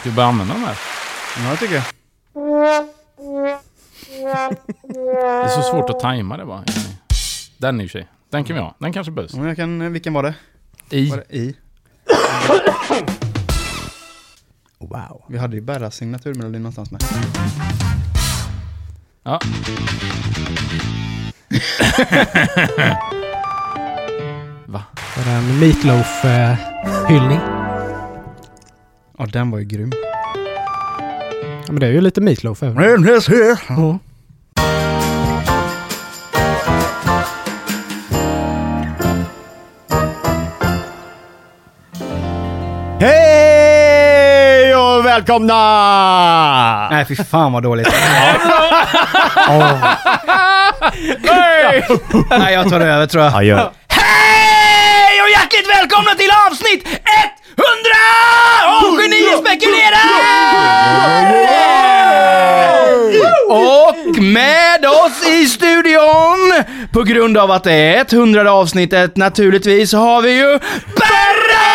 Ska vi börja använda den här? Ja, jag tycker jag. Det är så svårt att tajma det bara. Den i och för sig. Den kan vi ha. Den kanske behövs. Ja, vilken var det? I. Var det I? Wow. Vi hade ju Berras signaturmelodi någonstans med. Ja. Va? Var det en Meatloaf-hyllning? Ja, den var ju grym. Ja, men det är ju lite Meatloaf över. Ja. Hej och välkomna! Nej, fy fan vad dåligt. Nej, jag tar det över tror jag. Ja, gör. Hej och hjärtligt välkomna till avsnitt 100 av Geni spekulerar! Och med oss i studion, på grund av att det är 100 avsnittet naturligtvis, har vi ju Berra!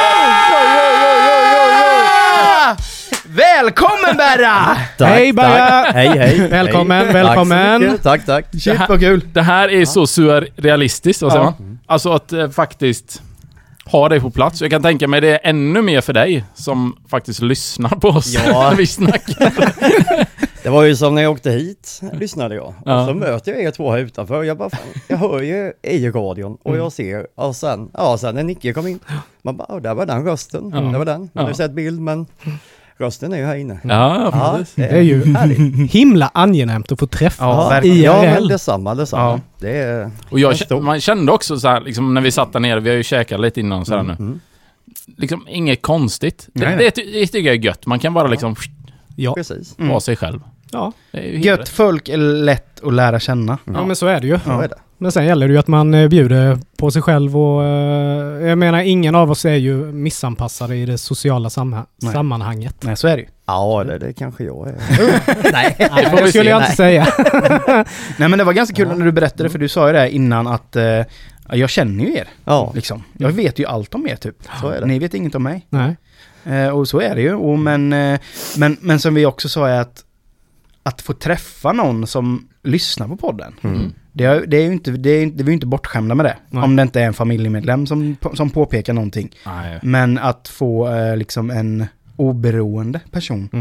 Välkommen Berra! Hej, Berra! Hej. Välkommen. Tack. Shit vad kul. Det här är så surrealistiskt, vad säger man? Alltså att faktiskt ha dig på plats. Jag kan tänka mig det är ännu mer för dig som faktiskt lyssnar på oss när vi snackar. Det var ju som när jag åkte hit, lyssnade jag. Ja. Och så möter jag er två här utanför. Jag hör ju i radion och jag ser, och sen när Nicke kom in, man bara, där var den rösten. Det var den. Man har ju sett bild, men rösten är ju här inne. Ja, precis. Det är ju himla angenämt att få träffa verkligen. Ja, men IRL. detsamma. Ja. Det är... Och man kände också så här, liksom, när vi satt där nere, vi har ju käkat lite innan så här nu. Liksom inget konstigt. Nej. Det tycker jag är gött. Man kan bara liksom Ja. Precis. vara sig själv. Ja. Det är ju Gött folk är lätt att lära känna. Ja, men så är det ju. Så är det. Men sen gäller det ju att man bjuder på sig själv och jag menar, ingen av oss är ju missanpassade i det sociala sammanhanget. Nej, så är det ju. Ja, det kanske jag är. Nej, får vi det skulle se. jag inte säga. Nej, men det var ganska kul när du berättade, för du sa ju det här innan att jag känner ju er. Ja, Liksom. Jag vet ju allt om er typ. så är det. Ni vet inget om mig. Nej. Och så är det ju. Och men som vi också sa är att få träffa någon som lyssnar på podden. Det är ju inte, vi är ju inte bortskämda med det. Nej. Om det inte är en familjemedlem som påpekar någonting. Nej. Men att få liksom en oberoende person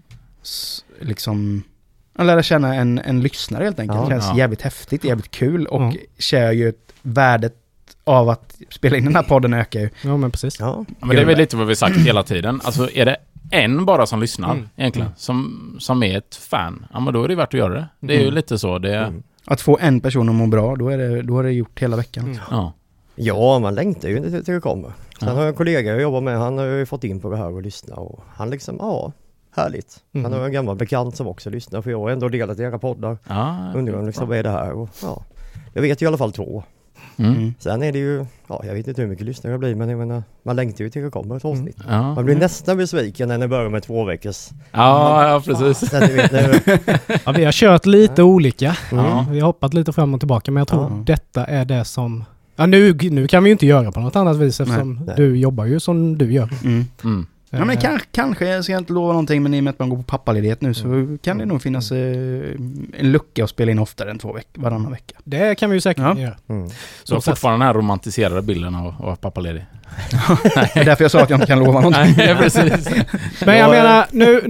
liksom att lära känna en lyssnare helt enkelt. Det känns jävligt häftigt, jävligt kul och känner ju värdet av att spela in den här podden ökar ju. Ja, men precis. Ja. Men det är väl lite vad vi sagt hela tiden. Alltså är det en bara som lyssnar egentligen, som är ett fan, ja men då är det värt att göra det. Det är ju lite så. Det Att få en person att må bra, då är det gjort hela veckan. Ja, man längtar ju inte till det kommer. Sen har jag en kollega jag jobbar med, han har ju fått in på det här och lyssna och han liksom, härligt. Han har en gammal bekant som också lyssnar, för jag har ändå delat era poddar. Undrar liksom vad är det här och jag vet i alla fall 2. Sen är det ju, jag vet inte hur mycket lyssnare det blir, men jag menar, man längtar ju till det kommer ett avsnitt. Man blir nästan besviken när det börjar med 2 veckors. Ja, precis. Så att du vet, Ja, vi har kört lite olika. Ja. Vi har hoppat lite fram och tillbaka, men jag tror detta är det som... Ja, nu kan vi ju inte göra på något annat vis eftersom du jobbar ju som du gör. Ja, men kanske, jag ska inte lova någonting, men i och med att man går på pappaledighet nu så kan det nog finnas en lucka att spela in oftare än varannan vecka. Det kan vi ju säkert göra. Så har fortfarande den här romantiserade bilden av pappaledig. Det är därför jag sa att jag inte kan lova någonting. Nej, precis. Men jag menar,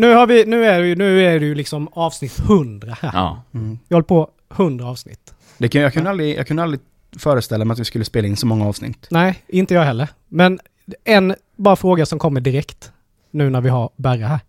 nu är det ju liksom avsnitt 100 här. Ja. Vi håller på 100 avsnitt. Jag kunde aldrig föreställa mig att vi skulle spela in så många avsnitt. Nej, inte jag heller. Men en bara fråga som kommer direkt nu när vi har Berra här.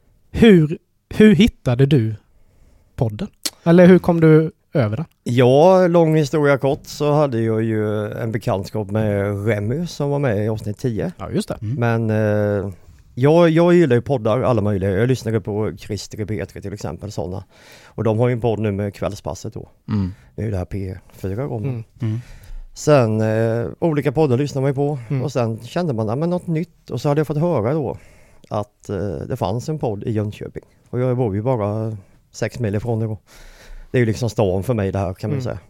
Hur hittade du podden? Eller hur kom du över den? Ja, lång historia kort, så hade jag ju en bekantskap med Remy som var med i avsnitt 10. Ja, just det. Men jag gillar ju poddar, alla möjliga. Jag lyssnade på Christer Petri till exempel, sådana. Och de har ju en podd nu med Kvällspasset då. Det är ju det här P4 gånger. Sen olika poddar lyssnade man ju på. Och sen kände man, men något nytt. Och så hade jag fått höra då att det fanns en podd i Jönköping. Och jag bor ju bara 6 mil ifrån det då. Det är ju liksom stan för mig det här, kan man säga.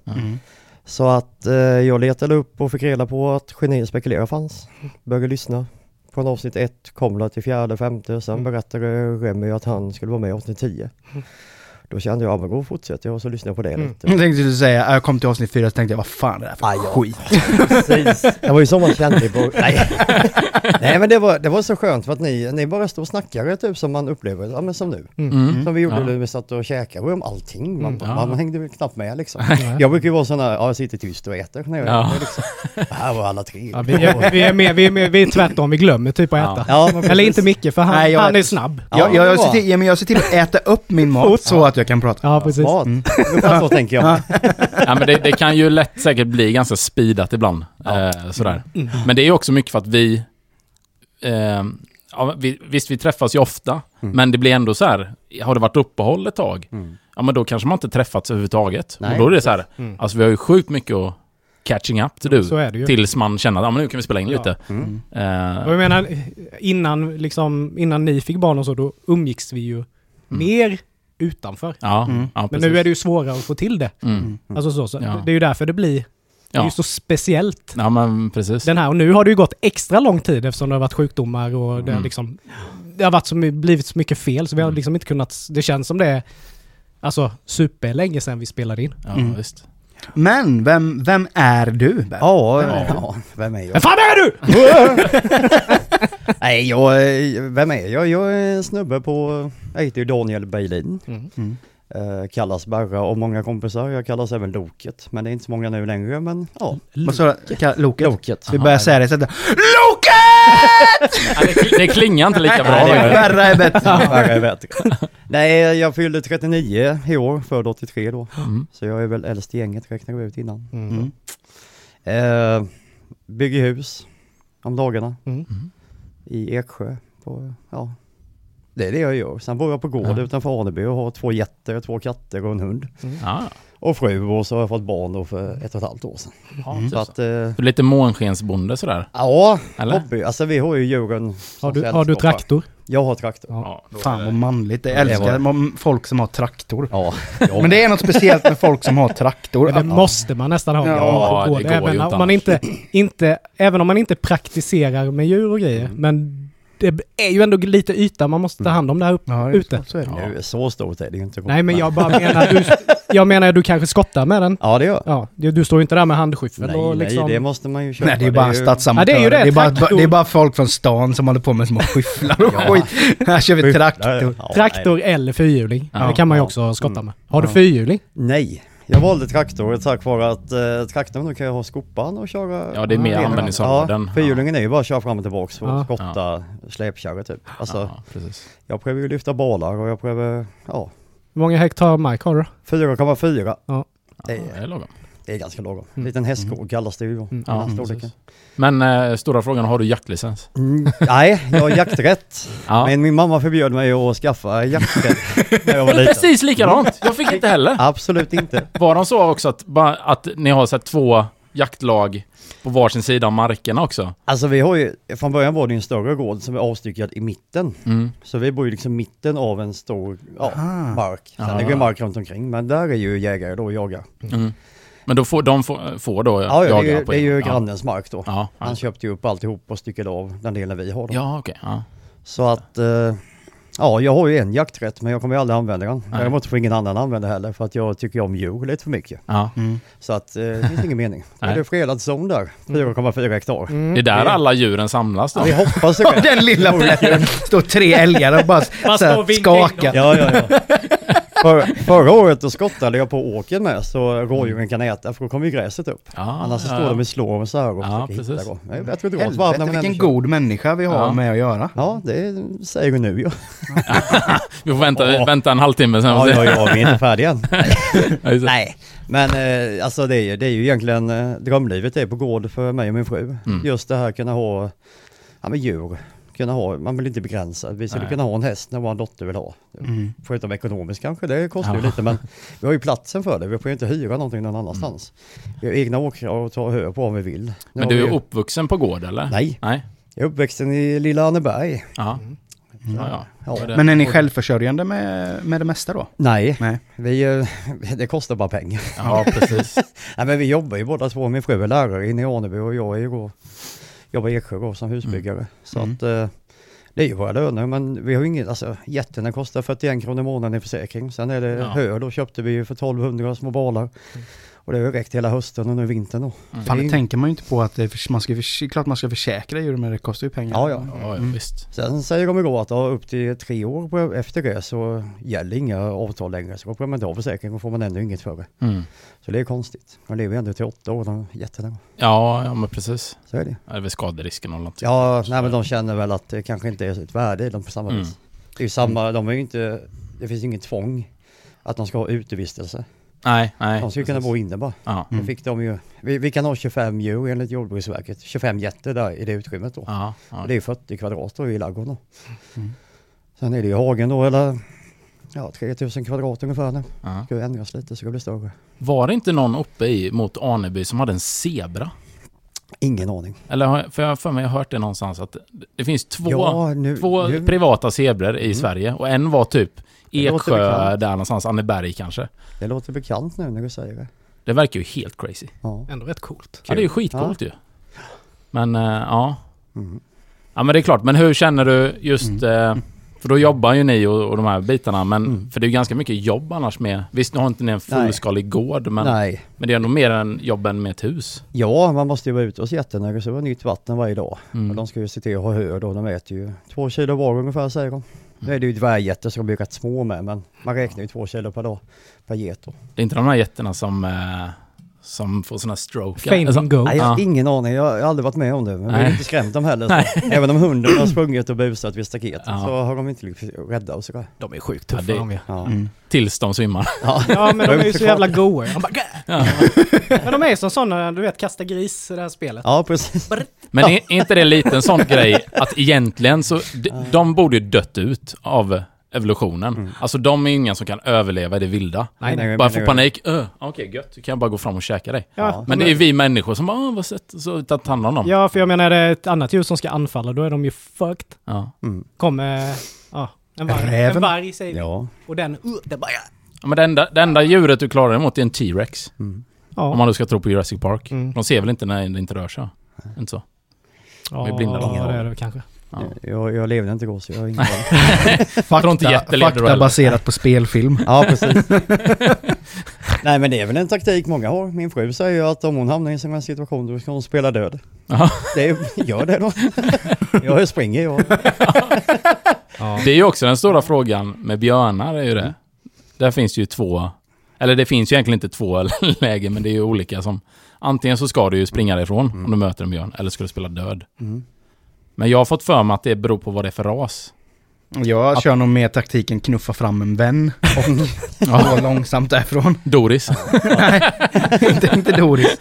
Så att jag letade upp och fick reda på att Geni spekulerar fanns. Började lyssna från avsnitt 1 kom det till 4:e, 5:e. Sen berättade Remy att han skulle vara med i avsnitt 10. Då kände jag, men gå och fortsätter jag och så lyssnade jag på det lite. Jag tänkte du säga, jag kom till avsnitt 4 och tänkte jag, vad fan är det här för skit? Precis. Det var ju så man kände på. Nej, men det var så skönt för att ni bara stod och snackade typ som man upplever, ja men som nu. Som vi gjorde när vi satt och käkade om allting. Man hängde väl knappt med liksom. Jag brukar ju vara sån här, jag sitter tyst och äter när jag är liksom. Här var alla tre. Ja, vi är tvärtom, vi glömmer typ att äta. Ja, eller inte mycket för han är snabb. Jag ser till att äta upp min mat så att jag kan prata. Ja, precis. Så tänker jag. Ja, men det kan ju lätt säkert bli ganska speedat ibland. Sådär. Men det är ju också mycket för att visst, vi träffas ju ofta, men det blir ändå så här, har det varit uppehåll ett tag, ja men då kanske man inte träffats överhuvudtaget. Nej. Och då är det så här, alltså vi har ju sjukt mycket att catching up to do, tills man känner att men nu kan vi spela in lite. Och jag menar, innan ni fick barn och så, då umgicks vi ju mer utanför. Men nu är det ju svårare att få till det. Alltså så. Det är ju därför det blir det är ju så speciellt. Ja, men precis. Den här, och nu har det ju gått extra lång tid eftersom det har varit sjukdomar och det har varit blivit så mycket fel så vi har liksom inte kunnat, det känns som det är alltså superlänge sedan vi spelade in. Ja, visst. Men vem är du? Ja, vem är jag? Vem fan är du? Nej, vem är jag? Jag är en snubbe jag heter ju Daniel Bejlin. Kallas Berra och många kompisar. Jag kallas även Loket. Men det är inte så många nu längre, men ja. Vad sa du? Loket. Vi börjar säga det så att Loket! Det klingar inte lika bra. Berra är bättre. Nej, jag fyllde 39 i år, född 83 då. Så jag är väl äldst i gänget, räknar vi ut innan. Bygger hus om dagarna i Eksjö. Det är det jag gör. Sen bor jag på gård utanför Aneby och har 2 getter, 2 katter och en hund. Och fru, och så har jag fått barn då för 1,5 år sedan. Så att, lite månskensbonde sådär. Ja, hobby. Alltså vi har ju djuren. Har du traktor? Jag har traktor. Ja, fan vad manligt. Jag älskar folk som har traktor. Ja. Men det är något speciellt med folk som har traktor. Men det måste man nästan ha. Ja, det går även ju om man inte även om man inte praktiserar med djur och grejer. Men det är ju ändå lite yta man måste ta hand om där ute. Så stort är det ju inte. Nej, men jag bara menar du kanske skottar med den. Ja, det gör. Ja, du står ju inte där med handskyffel och liksom. Nej, det måste man ju köpa. Nej, det är bara stadsamatörer. Det är bara folk från stan som håller på med små skyfflar och skit. Här kör vi traktor. Traktor eller fyrhjuling. Det kan man ju också skotta med. Har du fyrhjuling? Nej. Jag valde traktor tack vare att traktorn nu kan jag ha skopan och köra. Ja, det är mer användningsområden. Ja, fyrhjulingen är ju bara att köra fram och tillbaka och skotta släpkärra typ. Alltså, precis. Jag prövar ju lyfta balar och jag prövar, Hur många hektar mark har du? 4,4. Ja. Det är lagom. Det är ganska lagom. En liten hästgård kallas det ju. Men stora frågan, har du jaktlicens? Nej, jag har jakträtt. Men min mamma förbjöd mig att skaffa jakträtt när jag var liten. Precis likadant. Jag fick inte heller. Absolut inte. Var de så också att ni har så här 2 jaktlag på varsin sida av markerna också? Alltså vi har ju, från början var det en större gård som är avstyckad i mitten. Så vi bor ju liksom mitten av en stor mark. Sen ligger mark runt omkring, men där är ju jägare då och jagar. Men då får de jaga på det är ju grannens mark då. Ja, han köpte ju upp alltihop och styckade av den delen vi har då. Ja, okej. Så att jag har ju en jakträtt, men jag kommer ju aldrig använda den. Däremot får ingen annan använda heller, för att jag tycker om djur lite för mycket. Så att det finns ingen mening. Det är fredad zon där, 4,4 hektar. Det är där alla djuren samlas då. Vi hoppas det. Den lilla plätten står 3 älgar och bara skakar. Ja. Förra året då skottade jag på åken med så rådjuren kan äta, för då kommer ju gräset upp. Annars så står de i slår och så här och försöker hitta då. Jag tror det var vilken god människa vi har med att göra. Ja, det säger vi nu ju. Vi får vänta en halvtimme sen. Vi är inte färdiga än. Nej, men alltså det är ju egentligen drömlivet är på gård för mig och min fru. Just det här kunna ha djur. Man vill inte begränsa. Vi skulle kunna ha en häst när vår dotter vill ha. Förutom ekonomiskt kanske, det kostar ju lite, men vi har ju platsen för det. Vi får ju inte hyra någonting någon annanstans. Vi har egna åkrar och ta hö på om vi vill. Men du är uppvuxen på gård eller? Nej. Jag är uppväxten i lilla Anneberg. Men är ni självförsörjande med det mesta då? Nej. Det kostar bara pengar. Ja, precis. Nej, men vi jobbar ju båda två. Min fru är lärare inne i Aneby och jag är ju jobbar i Eksjö som husbyggare. Så att det är ju våra löner, men vi har ju inget, alltså jätterna kostar 41 kronor i månaden i försäkring. Sen är det hö, då köpte vi för 1200 små balar. Och det har ju räckt hela hösten och nu vintern då. Fan, det tänker man ju inte på att klart man ska försäkra djur, men det kostar ju pengar. Ja, visst. Sen säger de igår att upp till 3 år efter det så gäller inga avtal längre. Så går man inte av försäkring och får man ändå inget för det. Så det är konstigt. Man lever ändå till 8 år, de jätterna. Ja, men precis. Så är det. Det är väl skaderisken och något. Ja, nej, men de känner väl att det kanske inte är ett värde i dem på samma vis. Det är ju samma, de är ju inte, det finns inget tvång att de ska ha utevistelse. Nej. De ska kunna bo inne bara. Då fick de ju, vi kan ha 25 djur enligt Jordbruksverket. 25 jätter där i det utrymmet då. Och det är 40 kvadrat i ladugården. Sen är det ju hagen då, eller 3000 kvadrat ungefär nu. Ska ju ändras lite så det blir större. Var det inte någon uppe mot Arneby som hade en zebra? Ingen aning. Eller för jag har hört det någonstans att det finns två privata zebror i Sverige och en var typ Eksjö där någonstans, Anneberg kanske. Det låter bekant nu när du säger det. Det verkar ju helt crazy. Ja. Ändå rätt coolt. Ja, det är ju skitcoolt ju. Men ja, men det är klart. Men hur känner du just... För då jobbar ju ni och de här bitarna, men för det är ju ganska mycket jobb annars med. Visst, nu har inte ni en fullskalig gård, men det är ändå mer än jobben med ett hus. Ja, man måste ju vara ute hos jätterna och så var nytt vatten varje dag. Och de ska ju se till att ha hö då, de äter ju 2 kilo var ungefär, säger de. Nu är det ju dvärgjätter som blir rätt små med, men man räknar ju 2 kilo per dag per get då. Det är inte de här jätterna som får såna stroke. Fainting go. Nej, jag har ingen aning. Jag har aldrig varit med om det. Men jag har inte skrämt dem heller. Även om hunden har sprungit och busat vid staketet så har de inte blivit rädda och sådär. De är sjukt tuffa. Tills de svimmar. Ja, men de är ju så jävla goa. Men de är som sådana, du vet, kasta gris i det här spelet. Ja, precis. Men är inte det lite en sån grej att egentligen så de borde ju dött ut av evolutionen. Alltså de är inga som kan överleva i det vilda. Nej. Bara få panik. Okej, gött. Du kan bara gå fram och käka dig. Ja, men det är vi människor som bara, vad sett? Så tar hand om dem. Ja, för jag menar, det är ett annat djur som ska anfalla. Då är de ju fucked. Kommer en varg säger vi. Ja. Och den bara... Ja, men det enda djuret du klarar emot är en T-Rex. Om man nu ska tro på Jurassic Park. De ser väl inte när det inte rör sig. Inte så. Ja, det är det kanske. Ja. Jag levde inte igår så jag har ingen aning. Fakta baserat på spelfilm. Ja, precis. Nej, men det är väl en taktik många har. Min fru säger ju att om hon hamnar i en sån här situation då ska hon spela död. Gör det då. Jag springer jag. Det är ju också den stora frågan med björnar är ju det. Där finns ju det finns ju egentligen inte 2 lägen, men det är ju olika som antingen så ska du ju springa därifrån om du möter en björn, eller ska du spela död. Men jag har fått för mig att det beror på vad det är för ras. Jag kör nog med taktiken knuffa fram en vän och gå långsamt därifrån. Doris. Nej, inte Doris.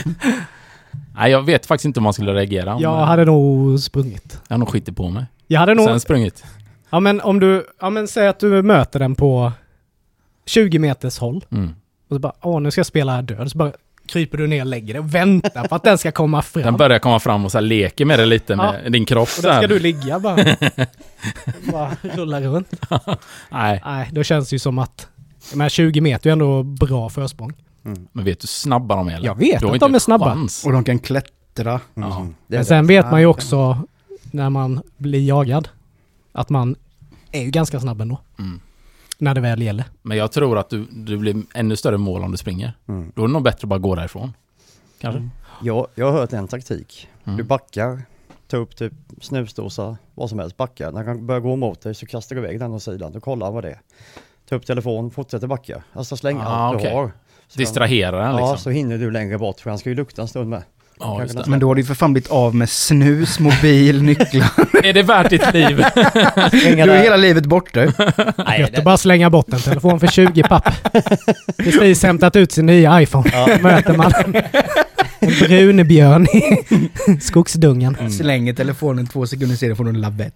Nej, jag vet faktiskt inte om man skulle reagera. Jag hade nog sprungit. Jag har nog skitit på mig. Jag hade nog... Sen sprungit. Ja, men om du... Ja, men säg att du möter den på 20 meters håll. Och så bara, nu ska jag spela död. Så bara kryper du ner och lägger det och väntar på att den ska komma fram. Den börjar komma fram och så här leker med det lite med din kropp. Och där ska du ligga bara. Bara rulla runt. Nej, då känns det ju som att de här 20 meter är ändå bra försprång. Men vet du snabba de är? Eller? Jag vet att de är snabba. Och de kan klättra. Men sen vet man ju också när man blir jagad att man är ju ganska snabb ändå. När det väl gäller. Men jag tror att du blir ännu större mål om du springer. Då är det nog bättre att bara gå därifrån. Kanske. Jag har hört en taktik. Du backar, tar upp typ snusdosa, vad som helst, backar. När han börjar gå mot dig så kastar du iväg den åt sidan. Du kollar vad det är. Ta upp telefon, fortsätter backa. Alltså släng allt du har. Distrahera den liksom. Ja, så hinner du längre bort för han ska ju lukta en stund med. Ja, just det. Men då har du för fan blivit av med snus, mobil, nycklar. Är det värt ditt liv? Du är hela livet borta. Nej, jag bara slänga bort en telefon för 20 papp. Precis hämtat ut sin nya iPhone. Möter man en brun björn i skogsdungen. Slänger telefonen 2 sekunder sedan får du en lavett.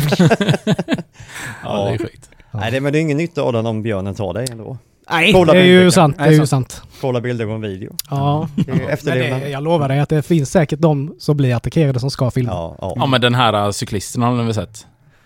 Ja, det är sjukt. Nej, men det är ingen nytta av den om björnen tar dig ändå. Nej, det är ju sant. Det är ju sant. Kolla bilder och en video. Ja, jag lovar dig att det finns säkert de som blir attackerade som ska filma. Ja, men den här cyklisten har vi sett.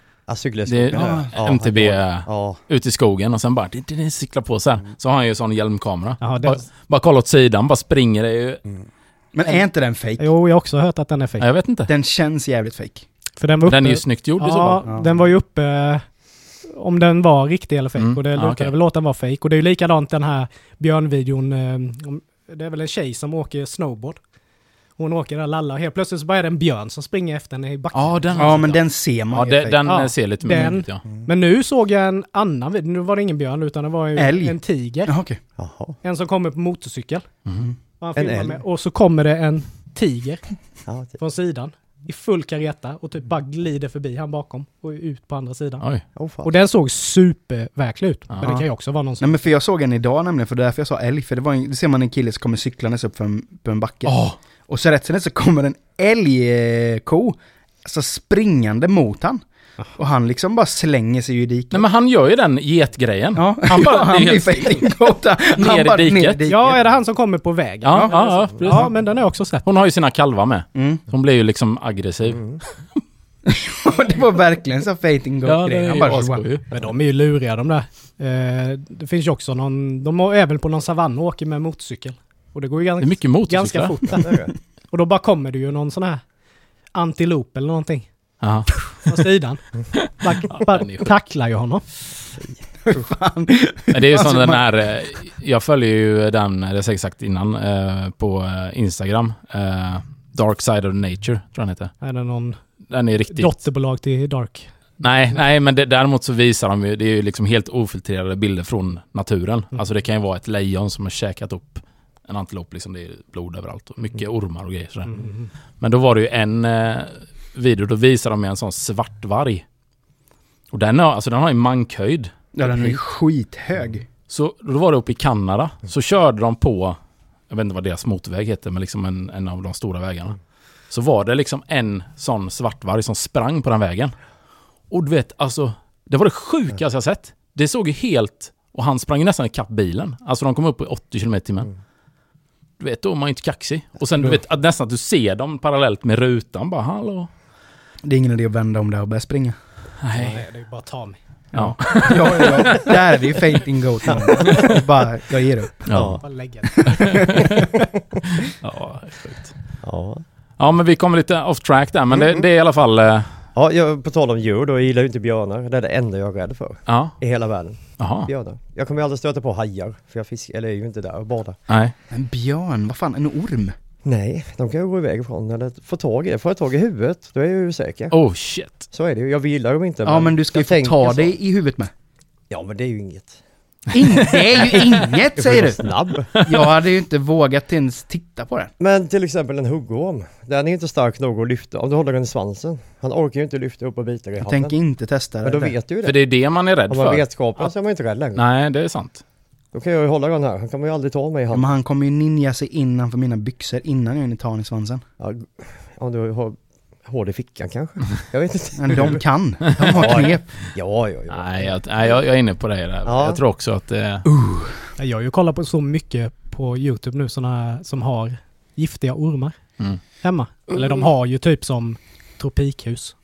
MTB ute i skogen och sen bara cyklar på så här. Så har han ju sån hjälmkamera. Bara kolla åt sidan, bara springer det ju Men är inte den fake? Jo, jag har också hört att den är fake. Jag vet inte. Den känns jävligt fake. För den var uppe, den är ju snyggt gjord i så fall. Ja, den var ju uppe om den var riktig eller fake. Och det lutade väl åt den var fake. Och det är ju likadant den här björnvideon. Det är väl en tjej som åker snowboard. Hon åker där lalla och helt plötsligt så bara är det en björn som springer efter henne i backen. Men den ser man. Ja, den ser lite mer ut, ja. Men nu såg jag en annan video. Nu var det ingen björn utan det var en tiger. Jaha, okej. En som kommer på motorcykel. Och, han En med, och så kommer det en tiger från sidan i full kareta och typ bara glider förbi han bakom och ut på andra sidan. Och den såg superverklig ut. Men det kan ju också vara någon som... Nej, men för jag såg en idag nämligen, för därför jag sa älg. För det ser man en kille som kommer cyklandes upp på en backe. Och så rätt sen så kommer en älgko alltså springande mot han. Och han liksom bara slänger sig i diket. Nej, men han gör ju den getgrejen. Ja, han bara han blir ner i diket. Ja, är det han som kommer på vägen? Ja, men den är också sett. Hon har ju sina kalvar med. Hon blir ju liksom aggressiv. Det var verkligen så fating goat-grej. Han bara men de är ju luriga de där. Det finns ju också någon... De är väl på någon savann och åker med motorcykel. Och det går ju ganska fort där. Och då bara kommer det ju någon sån här antilop eller någonting. På sidan. Bara tacklar ju honom. Men det är ju sån den här... Jag följer ju den, det har jag sagt innan, på Instagram. Dark Side of Nature, tror jag den heter. Är det någon den är riktigt... dotterbolag till Dark? Nej, men däremot så visar de ju, det är ju liksom helt ofiltrerade bilder från naturen. Alltså det kan ju vara ett lejon som har käkat upp en antilop, liksom, det är blod överallt och mycket ormar och grejer sådär. Men då var det ju en video, då visar de en sån svartvarg. Och den har ju mankhöjd. Ja, den är skithög. Så då var det uppe i Kanada, så körde de på, jag vet inte vad deras motorväg heter, men liksom en av de stora vägarna. Så var det liksom en sån svartvarg som sprang på den vägen. Och du vet, alltså, det var det sjukaste jag sett. Det såg ju helt, och han sprang nästan i kapp bilen. Alltså de kom upp på 80 km/h. Du vet, då är man inte kaxig. Och sen du vet, att nästan att du ser dem parallellt med rutan, bara hallå. Det är ingen idé att vända om det och börja springa. Nej, det är bara ta mig. Ja. Där är det ju fainting goat. Bara, jag ger upp. Bara lägga Ja, sjukt. Ja, men vi kommer lite off track där, men det är i alla fall... Ja, på tal om djur då, jag gillar ju inte björnar. Det är det enda jag är rädd för i hela världen. Björnar. Jag kommer ju aldrig stöta på hajar, för jag fiskar, eller är ju inte där och badar. Nej. En björn, vad fan, en orm? Nej, de kan ju gå iväg ifrån eller få tag i det. Får jag tag i huvudet, då är jag ju säker. Oh shit. Så är det ju, jag gillar dem inte. Ja, men du ska ju få ta det i huvudet med. Ja, men det är ju inget. Det är ju inget, säger du. Snabb. Jag hade ju inte vågat ens titta på den. Men till exempel en huggorm. Den är inte stark nog att lyfta. Om du håller den i svansen. Han orkar ju inte lyfta upp och bita i handen. Jag tänker inte testa det. Men då vet du ju det. För det är det man är rädd för. Om man vetskapen så är man inte rädd längre. Nej, det är sant. Då kan jag ju hålla den här. Han kan man ju aldrig ta mig i handen. Men han kommer ju ninja sig innanför mina byxor innan jag tar han i svansen. Ja, om du har hård i fickan kanske. Jag vet inte. Men de kan. De har knep. Ja. Nej, jag är inne på det där. Ja. Jag tror också att Jag har ju kollat på så mycket på YouTube nu, såna som har giftiga ormar hemma. Eller de har ju typ som tropikhus.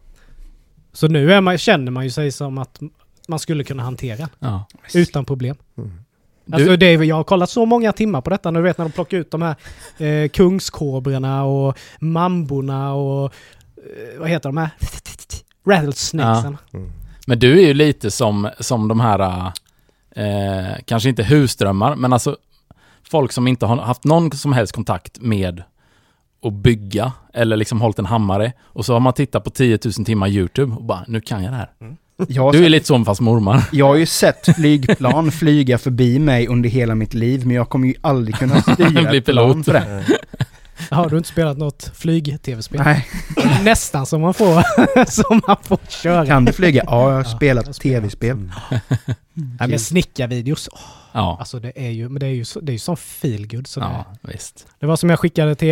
Så nu känner man ju sig som att man skulle kunna hantera utan problem. Alltså jag har kollat så många timmar på detta. Nu vet när de plockar ut de här kungskobrorna och mamborna och vad heter de här? Rattlesnakesen. Men du är ju lite som de här kanske inte husdrömmar, men alltså folk som inte har haft någon som helst kontakt med att bygga eller liksom hållit en hammare, och så har man tittat på 10 000 timmar YouTube och bara, nu kan jag det här. Du är lite som fast mormar. Jag har ju sett flygplan flyga förbi mig under hela mitt liv, men jag kommer ju aldrig kunna styra bli pilot för det. Har du inte spelat något flyg-tv-spel? Nej. Nästan som man får köra. Kan du flyga? Ja, jag har spelat tv-spel. Nej, men snickarvideos. Ja. Alltså det är ju som feelgood. Ja, visst. Det var som jag skickade till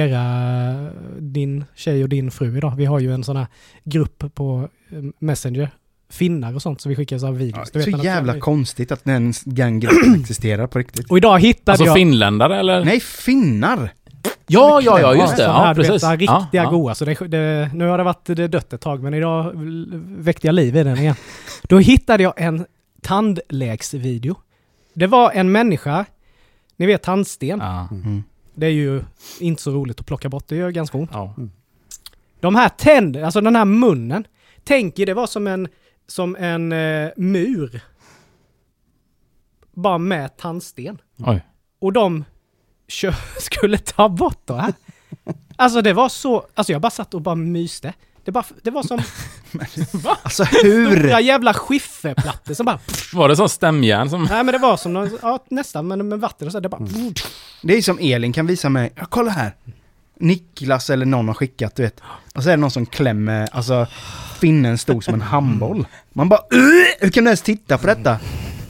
din tjej och din fru idag. Vi har ju en sån här grupp på Messenger. Finnar och sånt, så vi skickar så här videos. Ja, så jävla konstigt att den gruppen existerar på riktigt. Och idag hittade jag... finländare eller? Nej, finnar! Ja, just det. Ja, precis. Riktiga goa. Så nu har det varit dött ett tag, men idag väckte jag liv i den igen. Då hittade jag en tandläksvideo. Det var en människa, ni vet tandsten. Det är ju inte så roligt att plocka bort. Det gör ganska ont. Ja. De här tänderna, alltså den här munnen. Tänk er, det var som en mur. Bara med tandsten. Oj. Och de skulle ta bort det här. Alltså det var så... Alltså jag bara satt och bara myste. Det var som... Alltså hur? Stora jävla skifferplattor som bara... Var det som stämjärn som... Nej men det var som någon, nästan men med vatten och så. Det bara... Det är som Elin kan visa mig. Ja, kolla här. Niklas eller någon har skickat, du vet. Och så är det någon som klämmer, alltså finnen stod som en handboll. Man bara, hur kan du ens titta på detta?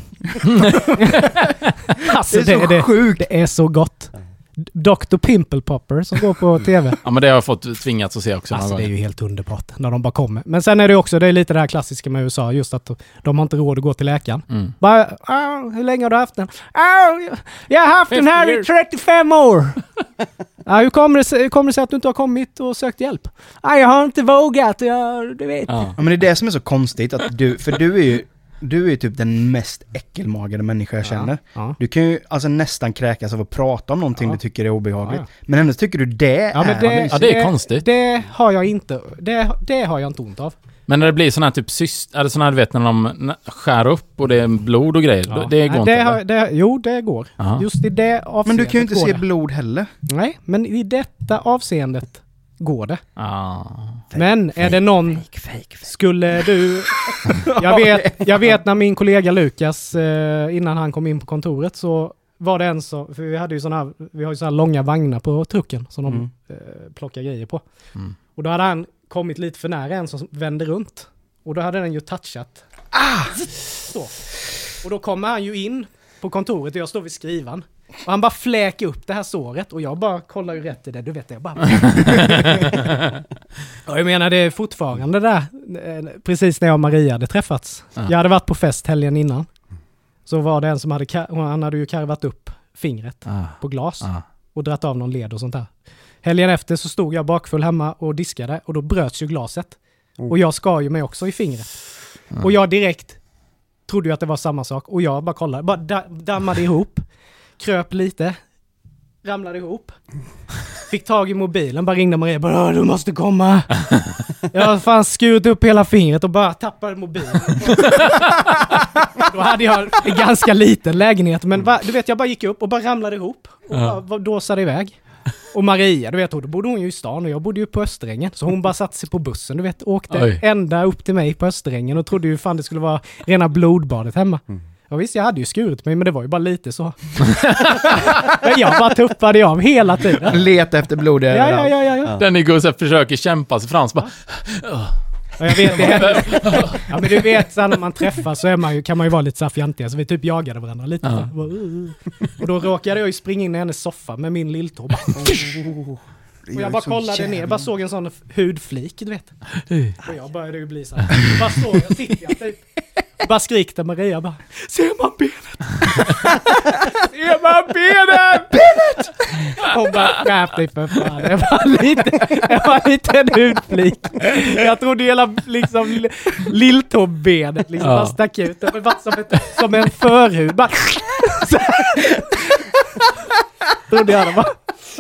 Alltså det är så sjukt. Det är så gott. Dr. Pimple Popper som går på tv. Ja, men det har jag fått tvingats att se också. Alltså det är ju helt underbart när de bara kommer. Men sen är det också, det är lite det här klassiska med USA, just att de har inte råd att gå till läkaren. Bara, hur länge har du haft den? Jag har haft den här i 35 år. Hur kommer det sig att du inte har kommit och sökt hjälp? Jag har inte vågat, du vet. Ja, men det är det som är så konstigt, att du är ju typ den mest äckelmagade människa jag känner. Ja. Du kan ju alltså nästan kräkas av att prata om någonting du tycker är obehagligt. Ja. Men ändå tycker du det är... det är konstigt. Det har jag inte. Det har jag inte ont av. Men när det blir sån här typ eller sån här, du vet, när de skär upp och det är blod och grejer, det går inte. Jo, det går. Aha. Just i det avseendet. Men du kan ju inte se blod heller. Nej, men i detta avseendet går det. Men är det någon... Skulle du... Jag vet när min kollega Lukas, innan han kom in på kontoret, så var det en så... För vi har ju såna här långa vagnar på trucken som de plockar grejer på. Och då hade han kommit lite för nära en som vände runt. Och då hade den ju touchat. Så. Och då kommer han ju in på kontoret och jag står vid skrivan. Och han bara fläker upp det här såret och jag bara kollar ju rätt i det. Du vet det, jag bara... Och jag menar, det är fortfarande där. Precis när jag och Maria hade träffats. Jag hade varit på fest helgen innan. Så var det en som han hade ju karvat upp fingret på glas. Och dratt av någon led och sånt där. Helgen efter så stod jag bakfull hemma och diskade. Och då bröts ju glaset. Och jag skar ju mig också i fingret. Och jag direkt trodde ju att det var samma sak. Och jag bara kollade. Bara dammade ihop. Kröp lite. Ramlade ihop. Fick tag i mobilen. Bara ringde Maria. Bara, du måste komma. Jag har fan skurit upp hela fingret och bara tappade mobilen. Då hade jag en ganska liten lägenhet. Men du vet, jag bara gick upp och bara ramlade ihop. Och bara dåsade iväg. Och Maria, du vet, då bodde hon ju i stan och jag bodde ju på Österängen. Så hon bara satte sig på bussen, du vet, åkte ända upp till mig på Österängen och trodde ju fan det skulle vara rena blodbadet hemma. Ja visst, jag hade ju skurit mig, men det var ju bara lite så. Men jag bara tuppade av hela tiden. Leta efter blod. Ja. Den igår så försöker kämpa sig fram så bara... Ja, jag vet det. Ja, men du vet, så när man träffas så kan man ju vara lite så här fjantiga, så vi typ jagade varandra lite. Och då råkade jag ju springa in i hennes soffa med min lilltå. Och jag bara kollade ner, bara såg en sån hudflik, du vet. Och jag började ju bli så här. Bara står jag, sitter jag typ. Bara skrikte Maria bara, ser man benet? Ser man benet? Benet! Hon bara, skärp dig för fan. Det var lite en hudflik. Jag trodde hela liksom lilltåbenet liksom bara stack ut. Det var som en förhud. Bara trodde jag det var.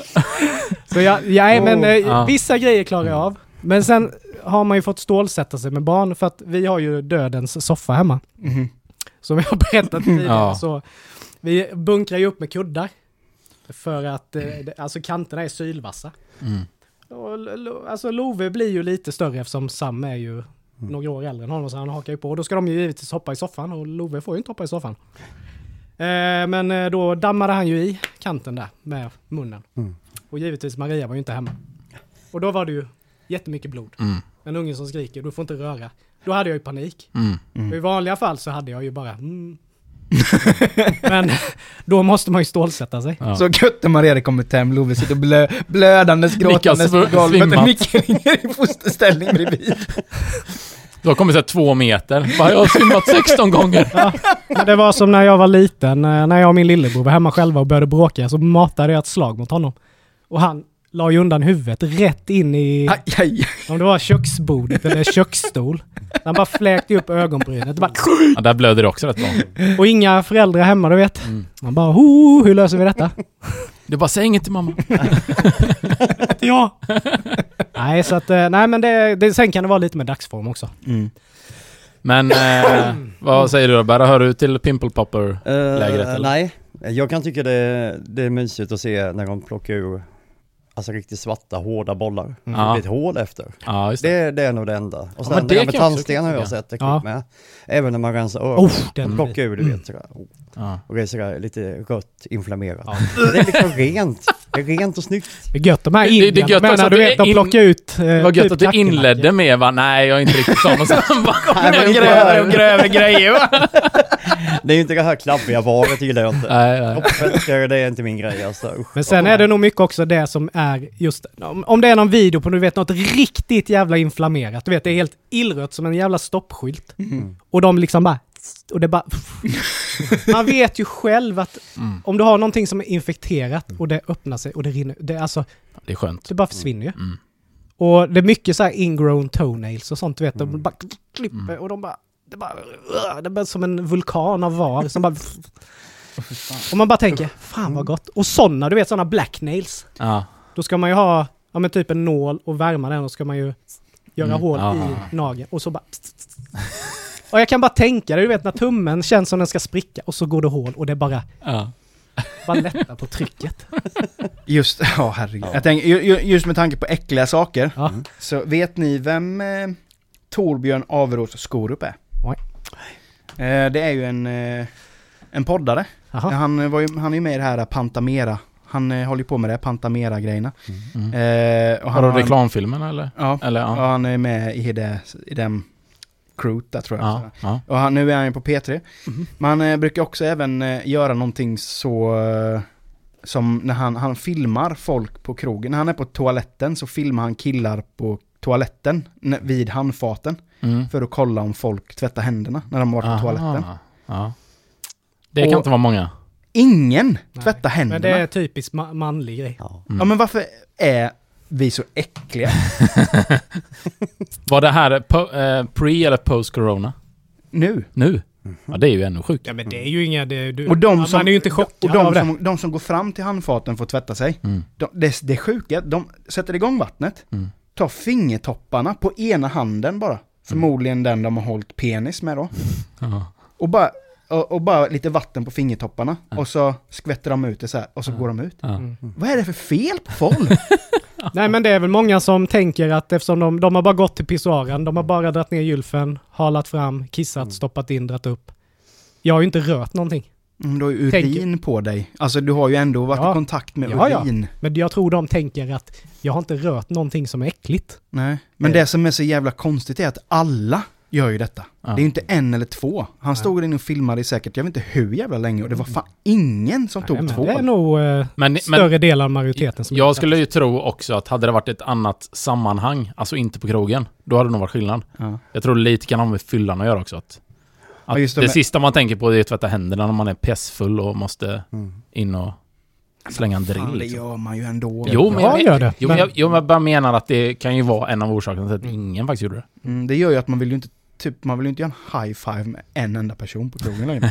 Så vissa grejer klarar jag av. Men sen har man ju fått stålsätta sig med barn, för att vi har ju dödens soffa hemma. Som jag har berättat tidigare. Så vi bunkrar ju upp med kuddar för att alltså kanterna är sylvassa. Och, alltså Love blir ju lite större eftersom Sam är ju några år äldre än honom, så han hakar ju på. Och då ska de ju givetvis hoppa i soffan, och Love får ju inte hoppa i soffan. Men då dammade han ju i kanten där med munnen. Och givetvis Maria var ju inte hemma. Och då var det ju jättemycket blod. En unge som skriker, du får inte röra. Då hade jag ju panik. Och i vanliga fall så hade jag ju bara... Men då måste man ju stålsätta sig. Så Götte Maria kommit hem, Love sitter blödandes, gråtandes på golvet. Micke ringer i fosterställning bredvid. Du har kommit så 2 meter. Jag har simmat 16 gånger. Men det var som när jag var liten. När jag och min lillebror var hemma själva och började bråka, så matade jag ett slag mot honom. Och han la ju undan huvudet rätt in i... Om det var köksbordet eller köksstol. Han bara fläkte upp ögonbrynet. Bara... Ja, där blöder det också rätt bra. Och inga föräldrar hemma, du vet. Man bara, hur löser vi detta? Det bara, säg inget till mamma. Ja. Nej, så att, nej men sen kan det vara lite med dagsform också. Men vad säger du då? Bara hör du till Pimple Popper-lägret? Eller? Nej, jag kan tycka det är mysigt att se när de plockar ur alltså riktigt svarta, hårda bollar. Det blir ett hål efter. Ja, just det är nog det enda. Och sen det med tandsten har jag sett det klipp med. Även när man rensar öronen. Plockar ur, du vet. Sådär. Och det är sådär lite rött, inflammerat. Det är liksom rent. Det är rent och snyggt. Det är gött de här indierna. Men när du vet, de plockar ut vad gött att du inledde med, va? Nej, jag är inte riktigt sån. Och sen bara kommer och gräver grejer, va? Det är ju inte det här klabbiga varet, gillar jag inte. Nej. Det är inte min grej. Alltså. Men sen är det nog mycket också det som är just... Om det är någon video på, du vet, något riktigt jävla inflammerat. Du vet, det är helt illrött som en jävla stoppskylt. Och de liksom bara... Och det bara... Man vet ju själv att om du har någonting som är infekterat och det öppnar sig och det rinner... Det är skönt. Det bara försvinner ju. Och det är mycket så här ingrown toenails och sånt, du vet. De bara klipper och de bara... Det är bara som en vulkan av var som bara... Och man bara tänker, fan vad gott. Och sådana, du vet, sådana black nails. Då ska man ju ha typ en nål och värma den och ska man ju göra hål i nageln. Och så bara... Och jag kan bara tänka det, du vet, när tummen känns som den ska spricka och så går det hål och det bara... Bara lättar på trycket. Just, herregud. Jag tänker, just med tanke på äckliga saker så vet ni vem Torbjörn Averås Skorup är? Det är ju en poddare. Han är ju med i det här Pantamera. Han håller på med det, Pantamera-grejerna. Och han har reklamfilmen eller? Ja, eller, och han är med i den crew där, tror jag. Och nu är han ju på P3. Man brukar också även göra någonting så som när han filmar folk på krogen. När han är på toaletten så filmar han killar på toaletten vid handfaten för att kolla om folk tvättar händerna när de har varit på toaletten. Det kan inte vara många. Ingen tvättar händerna. Men det är typiskt manlig grej. Ja, men varför är vi så äckliga? Var det här pre eller post corona? Nu. Ja, det är ju ännu sjukt. Ja, men det är ju inga... och man är ju inte chockad av det. De som går fram till handfaten för att tvätta sig, det är sjuka. De sätter igång vattnet, tar fingertopparna på ena handen bara. Förmodligen den de har hållit penis med då. Och bara lite vatten på fingertopparna. Och så skvätter de ut det så här. Och så går de ut. Vad är det för fel på folk? Nej, men det är väl många som tänker att eftersom de har bara gått till pissoaren, de har bara dratt ner gylfen, halat fram, kissat, stoppat in, dratt upp. Jag har ju inte rört någonting. Du har ju urin på dig. Alltså du har ju ändå varit i kontakt med urin. Ja. Men jag tror de tänker att jag har inte rört någonting som är äckligt. Nej, men det som är så jävla konstigt är att alla gör ju detta. Det är ju inte en eller två. Han stod in och filmade säkert, jag vet inte hur jävla länge, och det var fan ingen som tog två. Det är nog större del av majoriteten som... Jag skulle ju tro också att hade det varit ett annat sammanhang, alltså inte på krogen, då hade det nog varit skillnad. Jag tror lite kan ha med fyllan att göra också. Att det sista man tänker på är att tvätta händerna när man är pessfull och måste in och slänga en drill. Fan, det liksom. gör man ju ändå. Jo, men jag gör det. Jag bara menar att det kan ju vara en av orsakerna till att ingen faktiskt gjorde det. Det gör ju att man vill ju inte göra en high five med en enda person på krogen längre.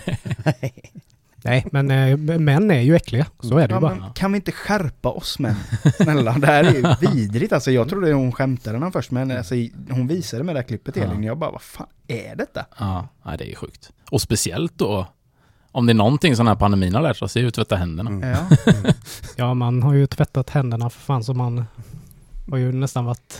Nej, men män är ju äckliga. Så är det ju bara. Kan vi inte skärpa oss, män? Snälla, det här är ju vidrigt. Alltså, jag trodde hon skämtade den först, men alltså, hon visade med det här klippet Elin. Jag bara, vad fan är detta? Ja, det är sjukt. Och speciellt då, om det är någonting sån här pandemin har lärt sig, så är det att tvätta händerna. Ja, man har ju tvättat händerna för fan, så man har ju nästan varit...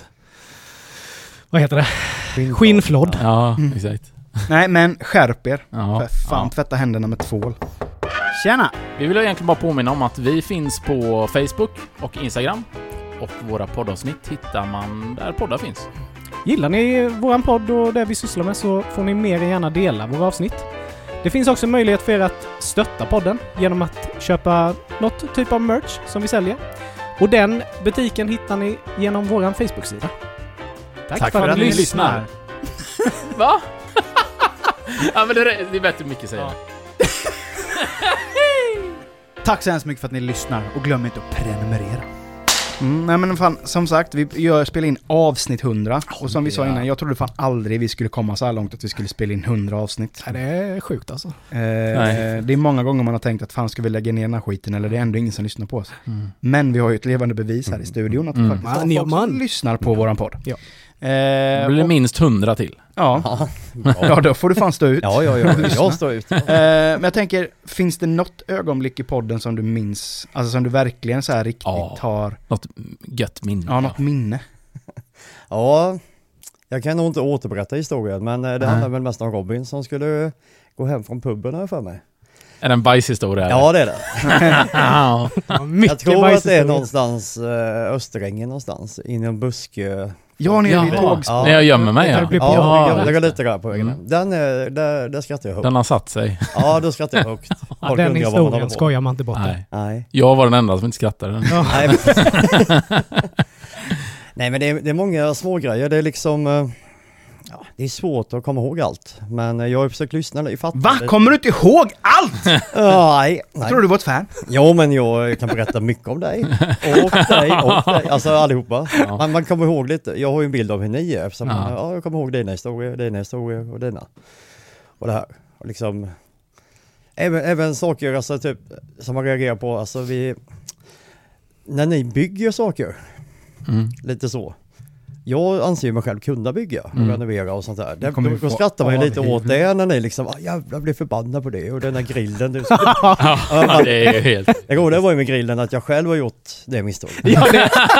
Vad heter det? Skinnflådd. Ja, exakt. Nej, men skärp er. För fan, tvätta händerna med tvål. Tjena! Vi vill egentligen bara påminna om att vi finns på Facebook och Instagram. Och våra poddavsnitt hittar man där poddar finns. Gillar ni våran podd och det vi sysslar med, så får ni mer än gärna dela våra avsnitt. Det finns också möjlighet för er att stötta podden genom att köpa något typ av merch som vi säljer. Och den butiken hittar ni genom våran Facebook-sida. Tack för att ni lyssnar. Va? Ja, men det är bättre mycket säga. Tack så hemskt mycket för att ni lyssnar, och glöm inte att prenumerera. Nej men fan, som sagt, vi spelar in avsnitt 100. Och som vi sa innan, jag trodde fan aldrig vi skulle komma så här långt att vi skulle spela in 100 avsnitt. Ja, det är sjukt alltså. Det är många gånger man har tänkt att fan ska vi lägga ner den här skiten, eller det är ändå ingen som lyssnar på oss. Men vi har ju ett levande bevis här i studion att vi faktiskt har folk som lyssnar på våran podd. Ja. Det blir minst 100 till. Ja, då får du fan stå ut. Ja, jag står ut. Men jag tänker, finns det något ögonblick i podden som du minns, alltså som du verkligen så här riktigt har... Något gött minne. Ja, något minne. Ja, jag kan nog inte återberätta historien, men det handlar väl mest om Robin som skulle gå hem från puben här för mig. Är det en bajshistoria? Ja, det är det. Jag tror att det är någonstans Österängen någonstans, in i en buske. Ja, ni är i tågspår. När jag gömmer mig. Det går lite där på vägen. Där skrattar jag högt. Den har satt sig. Ja, då skrattar jag högt. Den historien skojar man inte bort. Nej. Jag var den enda som inte skrattade. Nej, men det är många små grejer. Det är liksom... det är svårt att komma ihåg allt. Men jag har försökt lyssna i fatt. Va? Kommer du inte ihåg allt? Nej. Jag tror du var ett fan. Ja, men jag kan berätta mycket om dig. Och dig. Alltså allihopa. Ja. Man kommer ihåg lite. Jag har ju en bild av hur ni är. Eftersom jag kommer ihåg dina historier och dina. Och det här. Och liksom... Även saker alltså, typ, som man reagerar på. Alltså när ni bygger saker. Lite så. Jag anser mig själv kunna bygga och renovera och sånt där. Då skrattar man ju lite åt det när ni liksom, jävlar blir förbannad på det och den här grillen. Det är ju helt... Det var ju med grillen att jag själv har gjort det misstaget. Ja,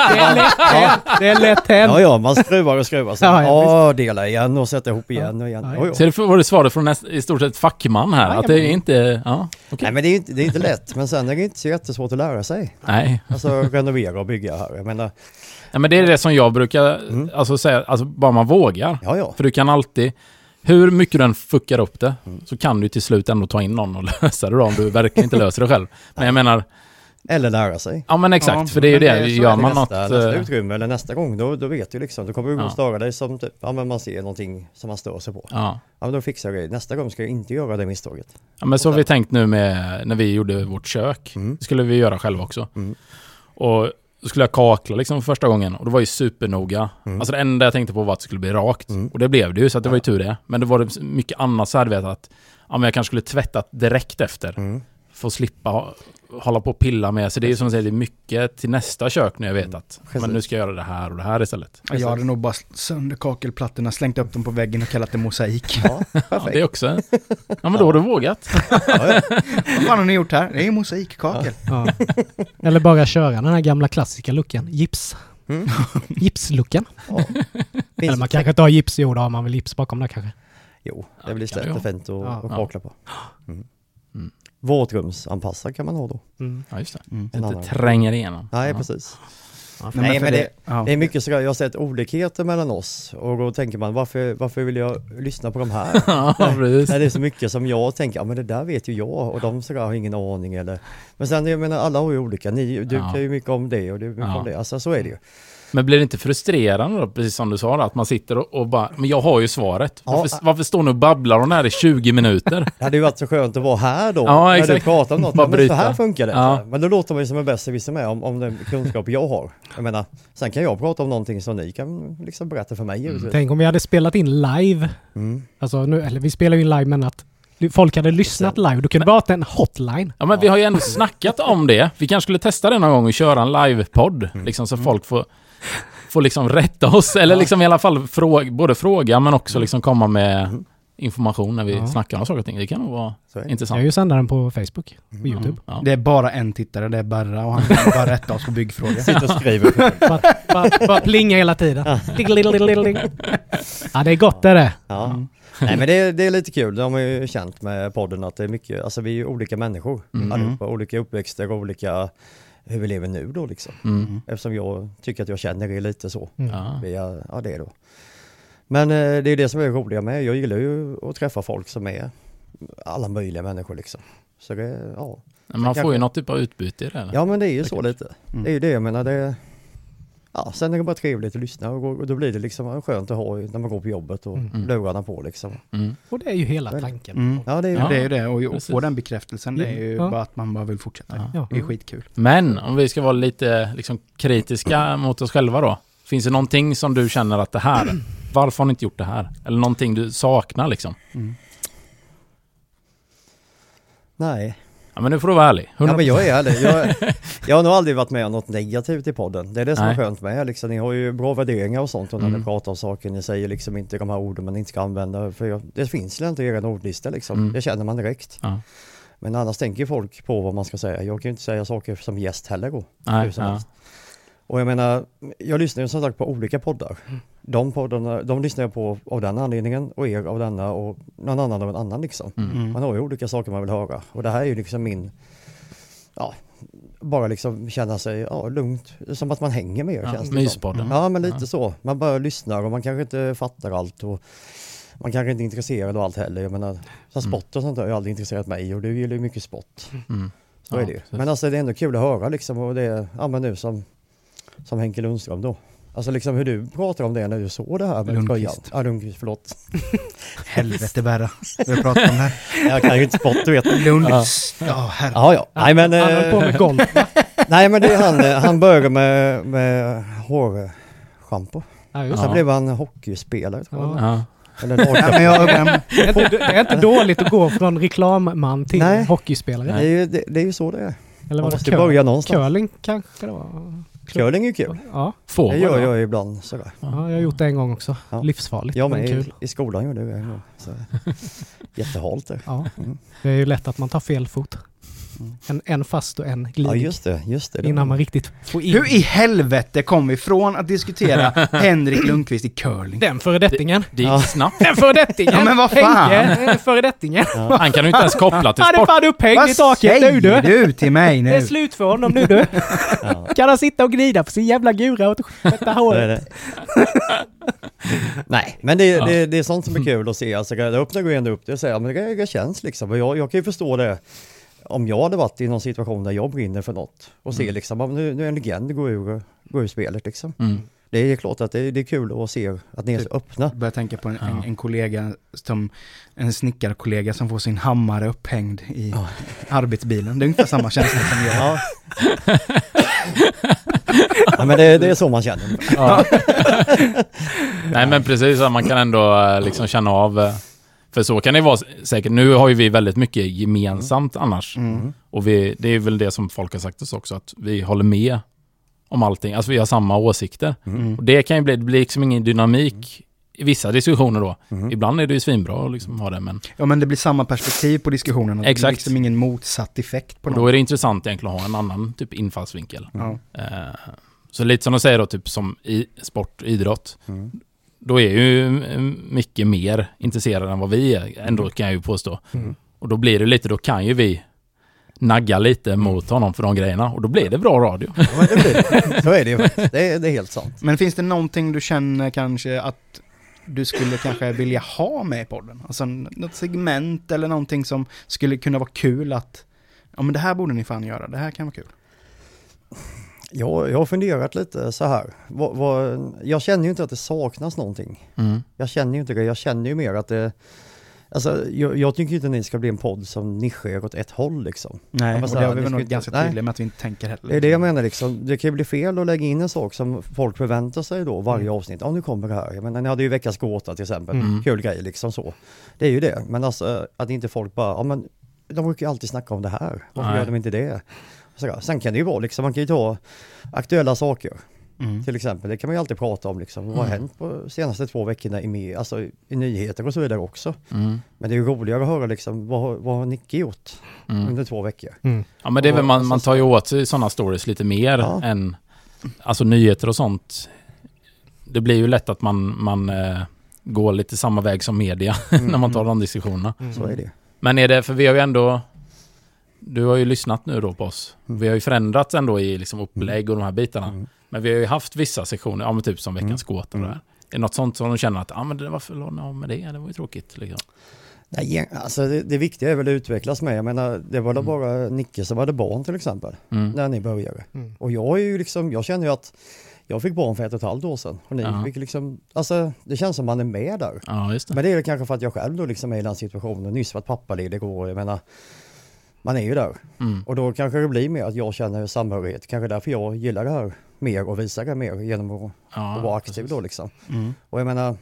det är lätt hänt. Ja, man skruvar. Så, dela igen och sätta ihop igen och igen. Så det var det svaret från i stort sett fackman här, att det är inte... Nej, men det är inte lätt, men sen är det inte så jättesvårt att lära sig. Nej. Alltså renovera och bygga här, jag menar... Ja, men det är det som jag brukar säga, alltså bara man vågar. Ja. För du kan alltid, hur mycket den fuckar upp det, så kan du till slut ändå ta in någon och lösa det då, om du verkligen inte löser det själv. Men jag menar... Eller lära sig. Ja, men exakt, för det är ju det. Gör man nästa utrymme eller nästa gång, då vet du liksom, då kommer du att störa dig som typ, men man ser någonting som man stör sig på. Ja, men då fixar jag det. Nästa gång ska jag inte göra det misstaget. Ja, men så har vi tänkt nu med, när vi gjorde vårt kök. Det skulle vi göra själva också. Och då skulle jag kakla liksom första gången, och det var ju supernoga. Alltså det enda jag tänkte på var att det skulle bli rakt. Och det blev det ju, så att det var ju tur det. Men det var mycket annat så här, vet att men jag kanske skulle tvättat direkt efter. Få slippa hålla på och pilla med. Så det är ju som att säga, det är mycket till nästa kök när jag vet att men nu ska jag göra det här och det här istället. Jag hade nog bara sönder kakelplattorna, slängt upp dem på väggen och kallat det mosaik. Det är också. Ja, men då har du vågat. Vad fan har ni gjort här? Det är ju mosaikkakel. Ja. Eller bara köra den här gamla klassiska looken. Gips. Gipslucken. Eller man kanske inte har gips, då har man väl gips bakom där kanske. Jo, det blir slätt och fint att kakla på. Våtrumsanpassad kan man ha då. Ja, just det. Inte tränger igenom. Nej, precis. Nej, men det är mycket så jag har sett olikheter mellan oss, och då tänker man, varför vill jag lyssna på de här? Det är så mycket som jag tänker, men det där vet ju jag, och de så har ingen aning eller. Men sen, jag menar, alla har ju olika. Du kan ju mycket om det och du mycket om det. Alltså så är det ju. Men blir det inte frustrerande då, precis som du sa, att man sitter och bara, men jag har ju svaret. Varför står ni och babblar om det här i 20 minuter? Det hade ju varit så skönt att vara här då. Ja, när exakt. du pratar om något. Men så här funkar det. Ja. Men då låter man ju som en bäst visar med om den kunskap jag har. Jag menar, sen kan jag prata om någonting som ni kan liksom berätta för mig. Tänk om vi hade spelat in live. Alltså nu, eller vi spelar ju in live, men att folk hade lyssnat live. Du kunde bara ha en hotline. Ja, men vi har ju ändå snackat om det. Vi kanske skulle testa det någon gång och köra en livepodd. Liksom, så folk får liksom rätta oss. Eller liksom i alla fall både fråga, men också liksom komma med information när vi snackar om saker och ting. Det kan nog vara intressant. Jag är ju sändaren på Facebook och YouTube. Ja. Det är bara en tittare, det är Barra, och han kan bara rätta oss på byggfrågor. Sitter och skriver. Bara plinga hela tiden. Ja, det är gott det. Ja. Nej, men det är lite kul. De har ju känt med podden att det är mycket, alltså vi är ju olika människor. Allihopa, olika uppväxter och olika hur vi lever nu då liksom. Eftersom jag tycker att jag känner det lite så. Ja, det då. Men det är det som är roliga med. Jag gillar ju att träffa folk som är alla möjliga människor liksom. Så det, Men man får ju något typ av utbyte i det. Eller? Ja, men det är ju så lite. Det är ju det jag menar. sen är det bara trevligt att lyssna och då blir det liksom skönt att ha när man går på jobbet och lurarna på liksom. Och det är ju hela tanken. Ja, det är ju det. Och få den bekräftelsen, det är ju bara att man bara vill fortsätta. Ja. Det är skitkul. Men om vi ska vara lite liksom kritiska mot oss själva då. Finns det någonting som du känner att det här, varför har ni inte gjort det här? Eller någonting du saknar liksom? Nej. Ja, men nu får du vara ärlig. 100%. Ja, men jag är ärlig. Jag har nog aldrig varit med om något negativt i podden. Det är det som är skönt med. Liksom, ni har ju bra värderingar och sånt och när ni pratar om saker. Ni säger liksom inte de här orden man inte ska använda. För det finns ju inte i er ordlista liksom. Det känner man direkt. Ja. Men annars tänker folk på vad man ska säga. Jag kan ju inte säga saker som gäst heller då. Nej, Och jag menar, jag lyssnar ju som sagt på olika poddar. De poddarna, de lyssnar jag på av den anledningen och er av denna och någon annan av en annan liksom. Man har ju olika saker man vill höra. Och det här är ju liksom min, bara liksom känna sig lugnt. Som att man hänger med er. Myspodden. Ja, men lite så. Man bara lyssnar och man kanske inte fattar allt och man kanske inte är intresserad av allt heller. Jag menar, så sport och sånt där har jag aldrig intresserat mig och du gillar ju mycket sport. Så är det ju. Men alltså det är ändå kul att höra liksom och det är, men nu som Henke Lundström då. Alltså liksom hur du pratar om det när du såg det här med Lundqvist. Ja, Lundqvist, förlåt. Helvete bära. Vi har pratat om det här. Jag kan ju inte sport, du vet. Lundqvist. Herre. Ja. Nej, men... Han höll på med golf. Nej, men det är han började med hårschampo. Ja, sen blev han hockeyspelare, tror jag. Ja. Eller det är inte dåligt att gå från reklamman till hockeyspelare. Det är ju så det är. Eller man måste börja någonstans. Curling kanske det var. Curling är kul. Ja. Det gör jag ibland sådär. Ja, jag har gjort det en gång också. Ja. Livsfarligt. Ja, men kul. I skolan gjorde jag det en gång. Så. Jättehalt det. Ja. Det är ju lätt att man tar fel fot. En fast och en glidig. Ja, just det. Innan man riktigt får in. Hur i helvete kom vi från att diskutera Henrik Lundqvist i curling? Den föredettingen. Det gick snabbt. Den föredettingen. Ja, men vad fan? Henke, föredettingen. Ja. Han kan ju inte ens koppla till sport. Han är fan upphängd i taket nu du. Vad säger du till mig nu? Det är slut för honom nu du. Kan han sitta och glida på sin jävla gura och tvätta håret? Nej, men det är sånt som är kul att se. Alltså, det öppnar ju ändå upp det och säger, men det känns liksom. Jag kan ju förstå det. Om jag hade varit i någon situation där jag brinner för något och ser liksom, nu är en legend går ur spelet liksom. Det är klart att det är kul att se att ni är så öppna. Jag börjar tänka på en kollega, som en snickarkollega som får sin hammare upphängd i arbetsbilen. Det är ungefär samma känsla som jag. Ja. Ja, men det är så man känner. Ja. Nej, men precis, man kan ändå liksom känna av. För så kan det vara säkert. Nu har ju vi väldigt mycket gemensamt annars. Och det är väl det som folk har sagt oss också, att vi håller med om allting. Alltså vi har samma åsikter. Och det kan ju det blir liksom ingen dynamik i vissa diskussioner då. Ibland är det ju svinbra att liksom ha det. Men... Ja, men det blir samma perspektiv på diskussionen. Exakt. Det blir liksom ingen motsatt effekt på något. Då är det intressant egentligen att ha en annan typ infallsvinkel. Så lite som de säger då, typ som i sport, idrott. Då är ju mycket mer intresserade än vad vi är. Ändå kan jag ju påstå. Och då blir det lite, då kan ju vi nagga lite mot honom för de grejerna. Och då blir det bra radio. Ja, det blir det. Så är det ju. Det är helt sant. Men finns det någonting du känner kanske att du skulle kanske vilja ha med i podden? Alltså något segment eller någonting som skulle kunna vara kul att, ja men det här borde ni fan göra. Det här kan vara kul. Jag har funderat lite så här. Jag känner ju inte att det saknas någonting. Jag känner ju inte det. Jag känner ju mer att det... Alltså, jag tycker inte att ni ska bli en podd som nischar åt ett håll liksom. Nej, och det har vi väl nog ganska tydligt med att vi inte tänker heller. Det är det jag menar liksom. Det kan ju bli fel att lägga in en sak som folk förväntar sig då varje avsnitt. Ja, nu kommer det här. Jag menar, ni hade ju Veckans gåta till exempel. Kul grej liksom så. Det är ju det. Men alltså, att inte folk bara, ja men de brukar ju alltid snacka om det här. Varför gör de inte det? Sen kan det ju vara liksom, man kan ju ta aktuella saker. Till exempel, det kan man ju alltid prata om liksom. Vad har hänt på senaste 2 veckorna i nyheter och så vidare också. Men det är ju roligare att höra liksom, vad har Nicke gjort under 2 veckor. Ja, men det är väl man tar ju åt sig sådana stories lite mer än alltså nyheter och sånt. Det blir ju lätt att man går lite samma väg som media när man tar de diskussionerna. Så är det. Men är det, för vi har ju ändå, du har ju lyssnat nu då på oss. Vi har ju förändrats ändå i liksom upplägg och de här bitarna. Men vi har ju haft vissa sektioner, ja men typ som Veckans gåta. Är det något sånt som de känner att, ja men varför låg ni med det? Det var ju tråkigt liksom. Nej, alltså det viktiga är väl att utvecklas med. Jag menar, det var bara Nicke som hade barn till exempel. När ni började. Och jag är ju liksom, jag känner ju att Jag fick barn för 1,5 år sedan. Och ni fick liksom, alltså det känns som man är med där. Ja, just det. Men det är kanske för att jag själv då liksom är i den situationen. Nyss varit pappaledig och jag menar, man är ju där. Och då kanske det blir mer att jag känner samhörighet. Kanske därför jag gillar det här mer och visar det mer genom att vara aktiv då liksom. Och jag menar,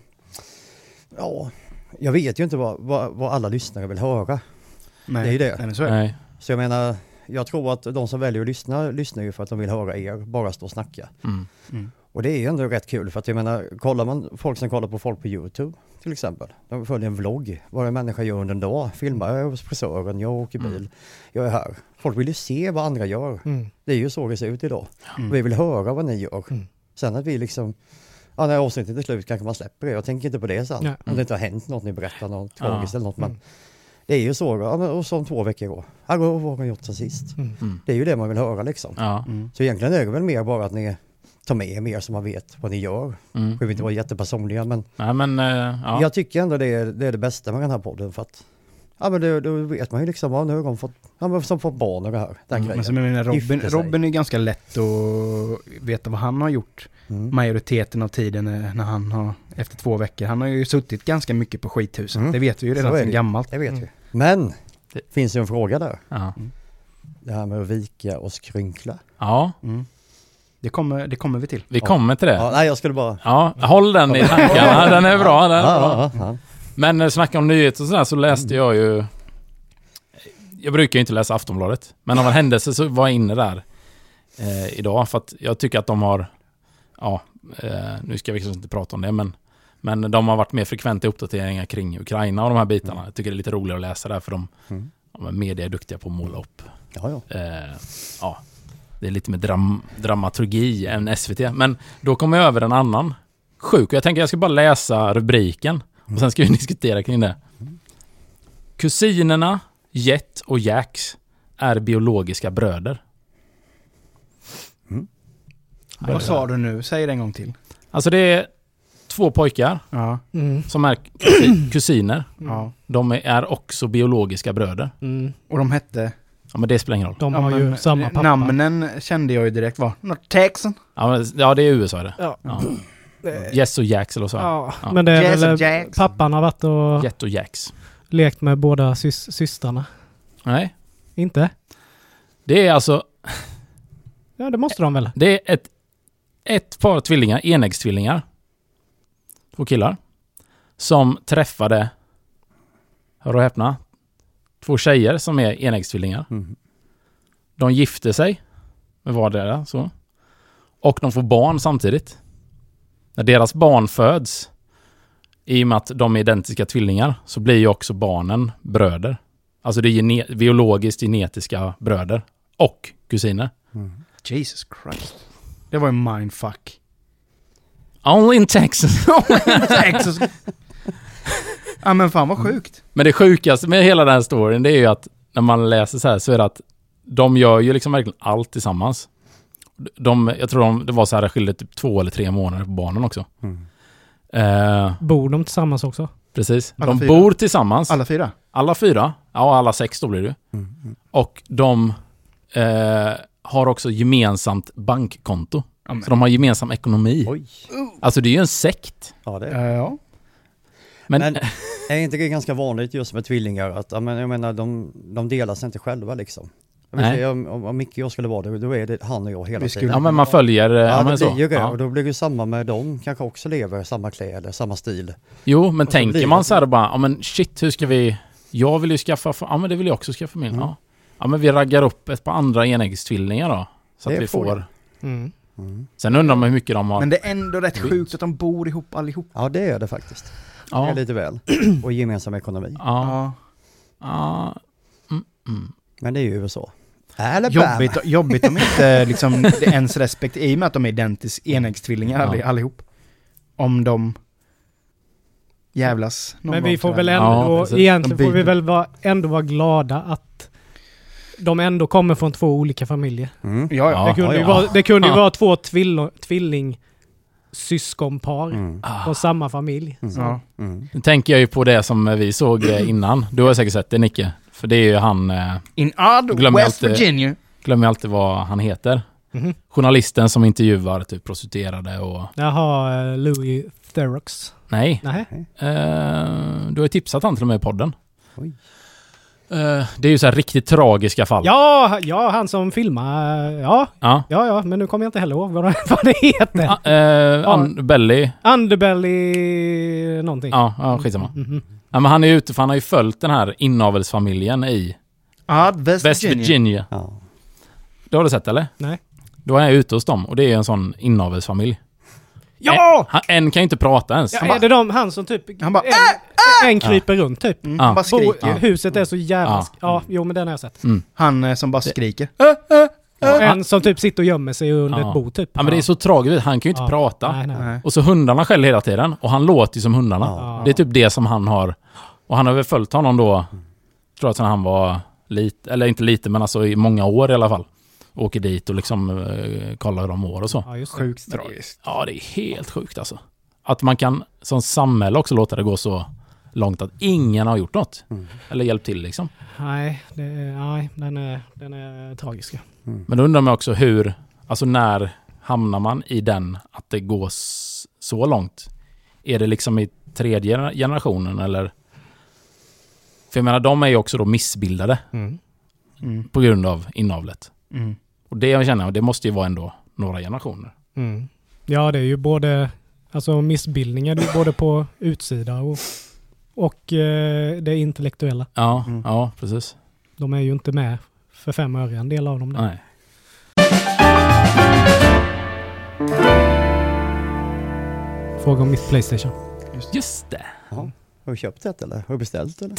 jag vet ju inte vad alla lyssnare vill höra. Nej, det är ju det. Nej, så är det. Nej. Så jag menar, jag tror att de som väljer att lyssnar ju för att de vill höra er bara stå och snacka. Och det är ju ändå rätt kul för att jag menar, kollar man folk som kollar på folk på YouTube till exempel. De följer en vlogg. Vad en människa gör under en dag. Filmar jag hos frisören, jag åker bil, jag är här. Folk vill ju se vad andra gör. Det är ju så det ser ut idag. Och vi vill höra vad ni gör. Sen att vi liksom, när avsnittet är slut kanske man släpper det. Jag tänker inte på det sen. Om det inte har hänt något, ni berättar något tragiskt eller något. Men det är ju så, och så om 2 veckor då. Vad har man gjort sen sist? Det är ju det man vill höra liksom. Så egentligen är det väl mer bara att ni tar med mer så man vet vad ni gör. Det behöver inte vara jättepersonliga, men, jag tycker ändå det är det bästa med den här podden för att men då vet man ju liksom, nu har de fått barn och det här. Den grejen. Men som jag menar, Robin är ganska lätt att veta vad han har gjort majoriteten av tiden när han har, efter 2 veckor. Han har ju suttit ganska mycket på skithuset. Det vet vi ju redan sedan gammalt. Det vet vi. Men det finns ju en fråga där. Det här med att vika och skrynkla. Ja. Det kommer vi till. Vi kommer till det. Nej, jag skulle bara... Ja, håll den i tankarna. Den är bra. Bra. Men snacka om nyheter och sådär så läste jag ju... Jag brukar ju inte läsa Aftonbladet. Men av en händelse så var jag inne där idag. För att jag tycker att de har... nu ska vi kanske inte prata om det. Men de har varit mer frekventa uppdateringar kring Ukraina och de här bitarna. Jag tycker det är lite roligare att läsa där. För de media är duktiga på att måla upp. Det är lite mer dramaturgi än SVT. Men då kommer jag över en annan sjuk. Jag tänker jag ska bara läsa rubriken. Och sen ska vi diskutera kring det. Kusinerna Jet och Jax är biologiska bröder. Vad sa du nu? Säg det en gång till. Alltså det är 2 pojkar som är kusiner. De är också biologiska bröder. Och de hette... Ja, men det spelar ingen roll. De har ju samma pappa. Namnen kände jag ju direkt var något Texan. Ja, det är USA det. Ja. Jess och Jax eller så. Ja. Men det är väl pappan har varit och Jet och Jax. Lekt med båda systrarna. Nej. Inte? Det är alltså... Ja, det måste de väl. Det är ett par tvillingar, enäggstvillingar. 2 killar. Som träffade, hör och häpna, 2 tjejer som är enäggstvillingar. De gifter sig med vardera så. Och de får barn samtidigt. När deras barn föds, i och med att de är identiska tvillingar, så blir ju också barnen bröder. Alltså det är biologiskt genetiska bröder och kusiner. Jesus Christ. Det var en mindfuck. Only in Texas. Ja, men fan vad sjukt. Men det sjukaste med hela den här storyn, det är ju att när man läser så här så är det att de gör ju liksom verkligen allt tillsammans. Jag tror det var så här, det skilde typ 2 eller 3 månader på barnen också. Bor de tillsammans också? Precis. De bor tillsammans. Alla 4? Alla 4. Ja, alla 6 då blir det. Och de har också gemensamt bankkonto. Så de har gemensam ekonomi. Oj. Alltså det är ju en sekt. Ja, det är. Ja. Men är inte det ganska vanligt just med tvillingar att jag menar, de delar sig inte själva liksom? Om Micke och jag skulle vara det, då är det han och jag hela tiden. Ja, men man följer... Och då blir det samma med dem. Kanske också lever samma kläder, samma stil. Jo, men tänker man så här bara, men shit, hur ska vi... Jag vill ju skaffa... Ja, men det vill jag också skaffa familj. Ja, men vi raggar upp ett par andra enäggstvillingar då. Så att vi får... Sen undrar man hur mycket de har... Men det är ändå rätt sjukt att de bor ihop allihop. Ja, det är det faktiskt. Det är lite väl. Och gemensam ekonomi. Men det är ju USA. Jobbigt om inte liksom ens respekt i och med att de är identiska enäggstvillingar allihop. Om de jävlas. Men vi får väl ändå, egentligen får vi väl ändå vara glada att de ändå kommer från 2 olika familjer. Det kunde ju vara 2 tvillingsyskonpar från samma familj. Nu tänker jag ju på det som vi såg innan. Du har säkert sett det, Nicke. För det är ju han... In Odd, West Virginia. Glömmer alltid vad han heter. journalisten som intervjuar typ prostituerade och... Jaha, Louis Theroux. Nej. Du har tipsat han till och med i podden. Oj. Det är ju så här riktigt tragiska fall. Ja, han som filmar. Ja, men nu kommer jag inte heller ihåg vad det heter. Underbelly någonting. Ja, skitsamma. Ja, men han är ute för han har ju följt den här inavelsfamiljen i West Virginia. Ja. Det har du sett, eller? Nej. Då är jag ute hos dem och det är en sån inavelsfamilj. Ja! En kan ju inte prata ens. Ja, är det han som typ... Han bara... En kryper runt typ. Han bara skriker. Huset är så jävla... men den har jag sett. Han som bara skriker. En som typ sitter och gömmer sig under ett bord typ. Ja, men det är så tragiskt. Han kan ju inte prata. Nej. Och så hundarna skäller hela tiden. Och han låter ju som hundarna. Det är typ det som han har. Och han har väl följt honom då. Tror jag att han var lite, eller inte lite, men alltså i många år i alla fall. Åker dit och liksom kollar hur de mår och så. Ja, just det. Sjukt tragiskt. Ja, det är helt sjukt alltså. Att man kan som samhälle också låta det gå så långt att ingen har gjort något. Eller hjälpt till liksom. Nej, den är tragisk. Men då undrar man också hur, alltså när hamnar man i den att det går så långt? Är det liksom i tredje generationen eller? För jag menar, de är ju också då missbildade på grund av inavlet. Och det jag känner, det måste ju vara ändå några generationer. Ja, det är ju både alltså missbildningar, det är både på utsida och det intellektuella. Ja, precis. De är ju inte med för 5 öre, en del av dem där. Nej. Fråga om mitt PlayStation. Just det. Ja. Har du köpt det eller? Har du beställt eller?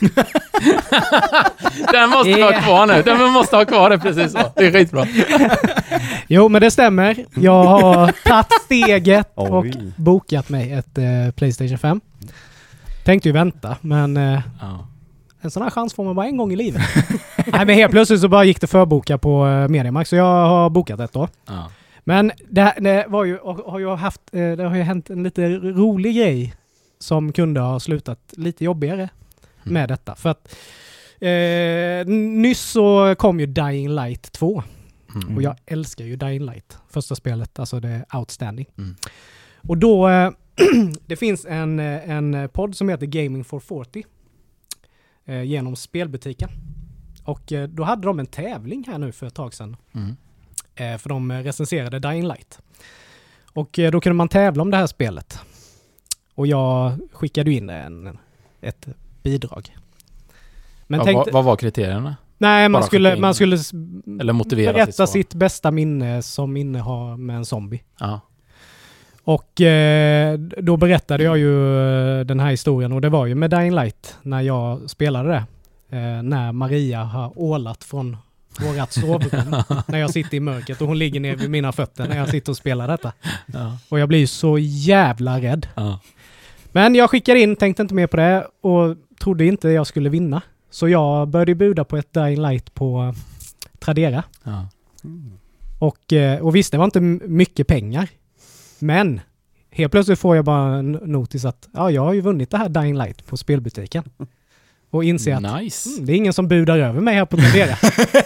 Den måste vara kvar nu. Den måste ha kvar det precis så. Det är skitbra. Jo, men det stämmer. Jag har tagit steget och bokat mig ett PlayStation 5. Tänkte ju vänta, men en sån här chans får man bara en gång i livet. Nej, men helt plötsligt så bara gick det förboka på Mediamarkt, så jag har bokat ett då. Men det var ju, det har ju hänt en lite rolig grej som kunde ha slutat lite jobbigare med detta. För att nyss så kom ju Dying Light 2. Och jag älskar ju Dying Light. Första spelet, alltså det är outstanding. Och då, det finns en podd som heter Gaming for 40 genom spelbutiken. Och då hade de en tävling här nu för ett tag sedan. För de recenserade Dying Light. Och då kunde man tävla om det här spelet. Och jag skickade in ett bidrag. Men vad var kriterierna? Nej, man skulle eller motivera berätta sitt bästa minne som inne har med en zombie. Ja. Och då berättade jag ju den här historien, och det var ju med Dying Light när jag spelade det. När Maria har ålat från vårat sovrum när jag sitter i mörkret och hon ligger ner vid mina fötter när jag sitter och spelar detta. Ja. Och jag blir så jävla rädd. Ja. Men jag skickade in, tänkte inte mer på det och trodde inte jag skulle vinna. Så jag började buda på ett Dying Light på Tradera. Ja. Och visst, det var inte mycket pengar. Men helt plötsligt får jag bara en notis att jag har ju vunnit det här Dying Light på spelbutiken. Och inser att det är ingen som budar över mig här på Tradera.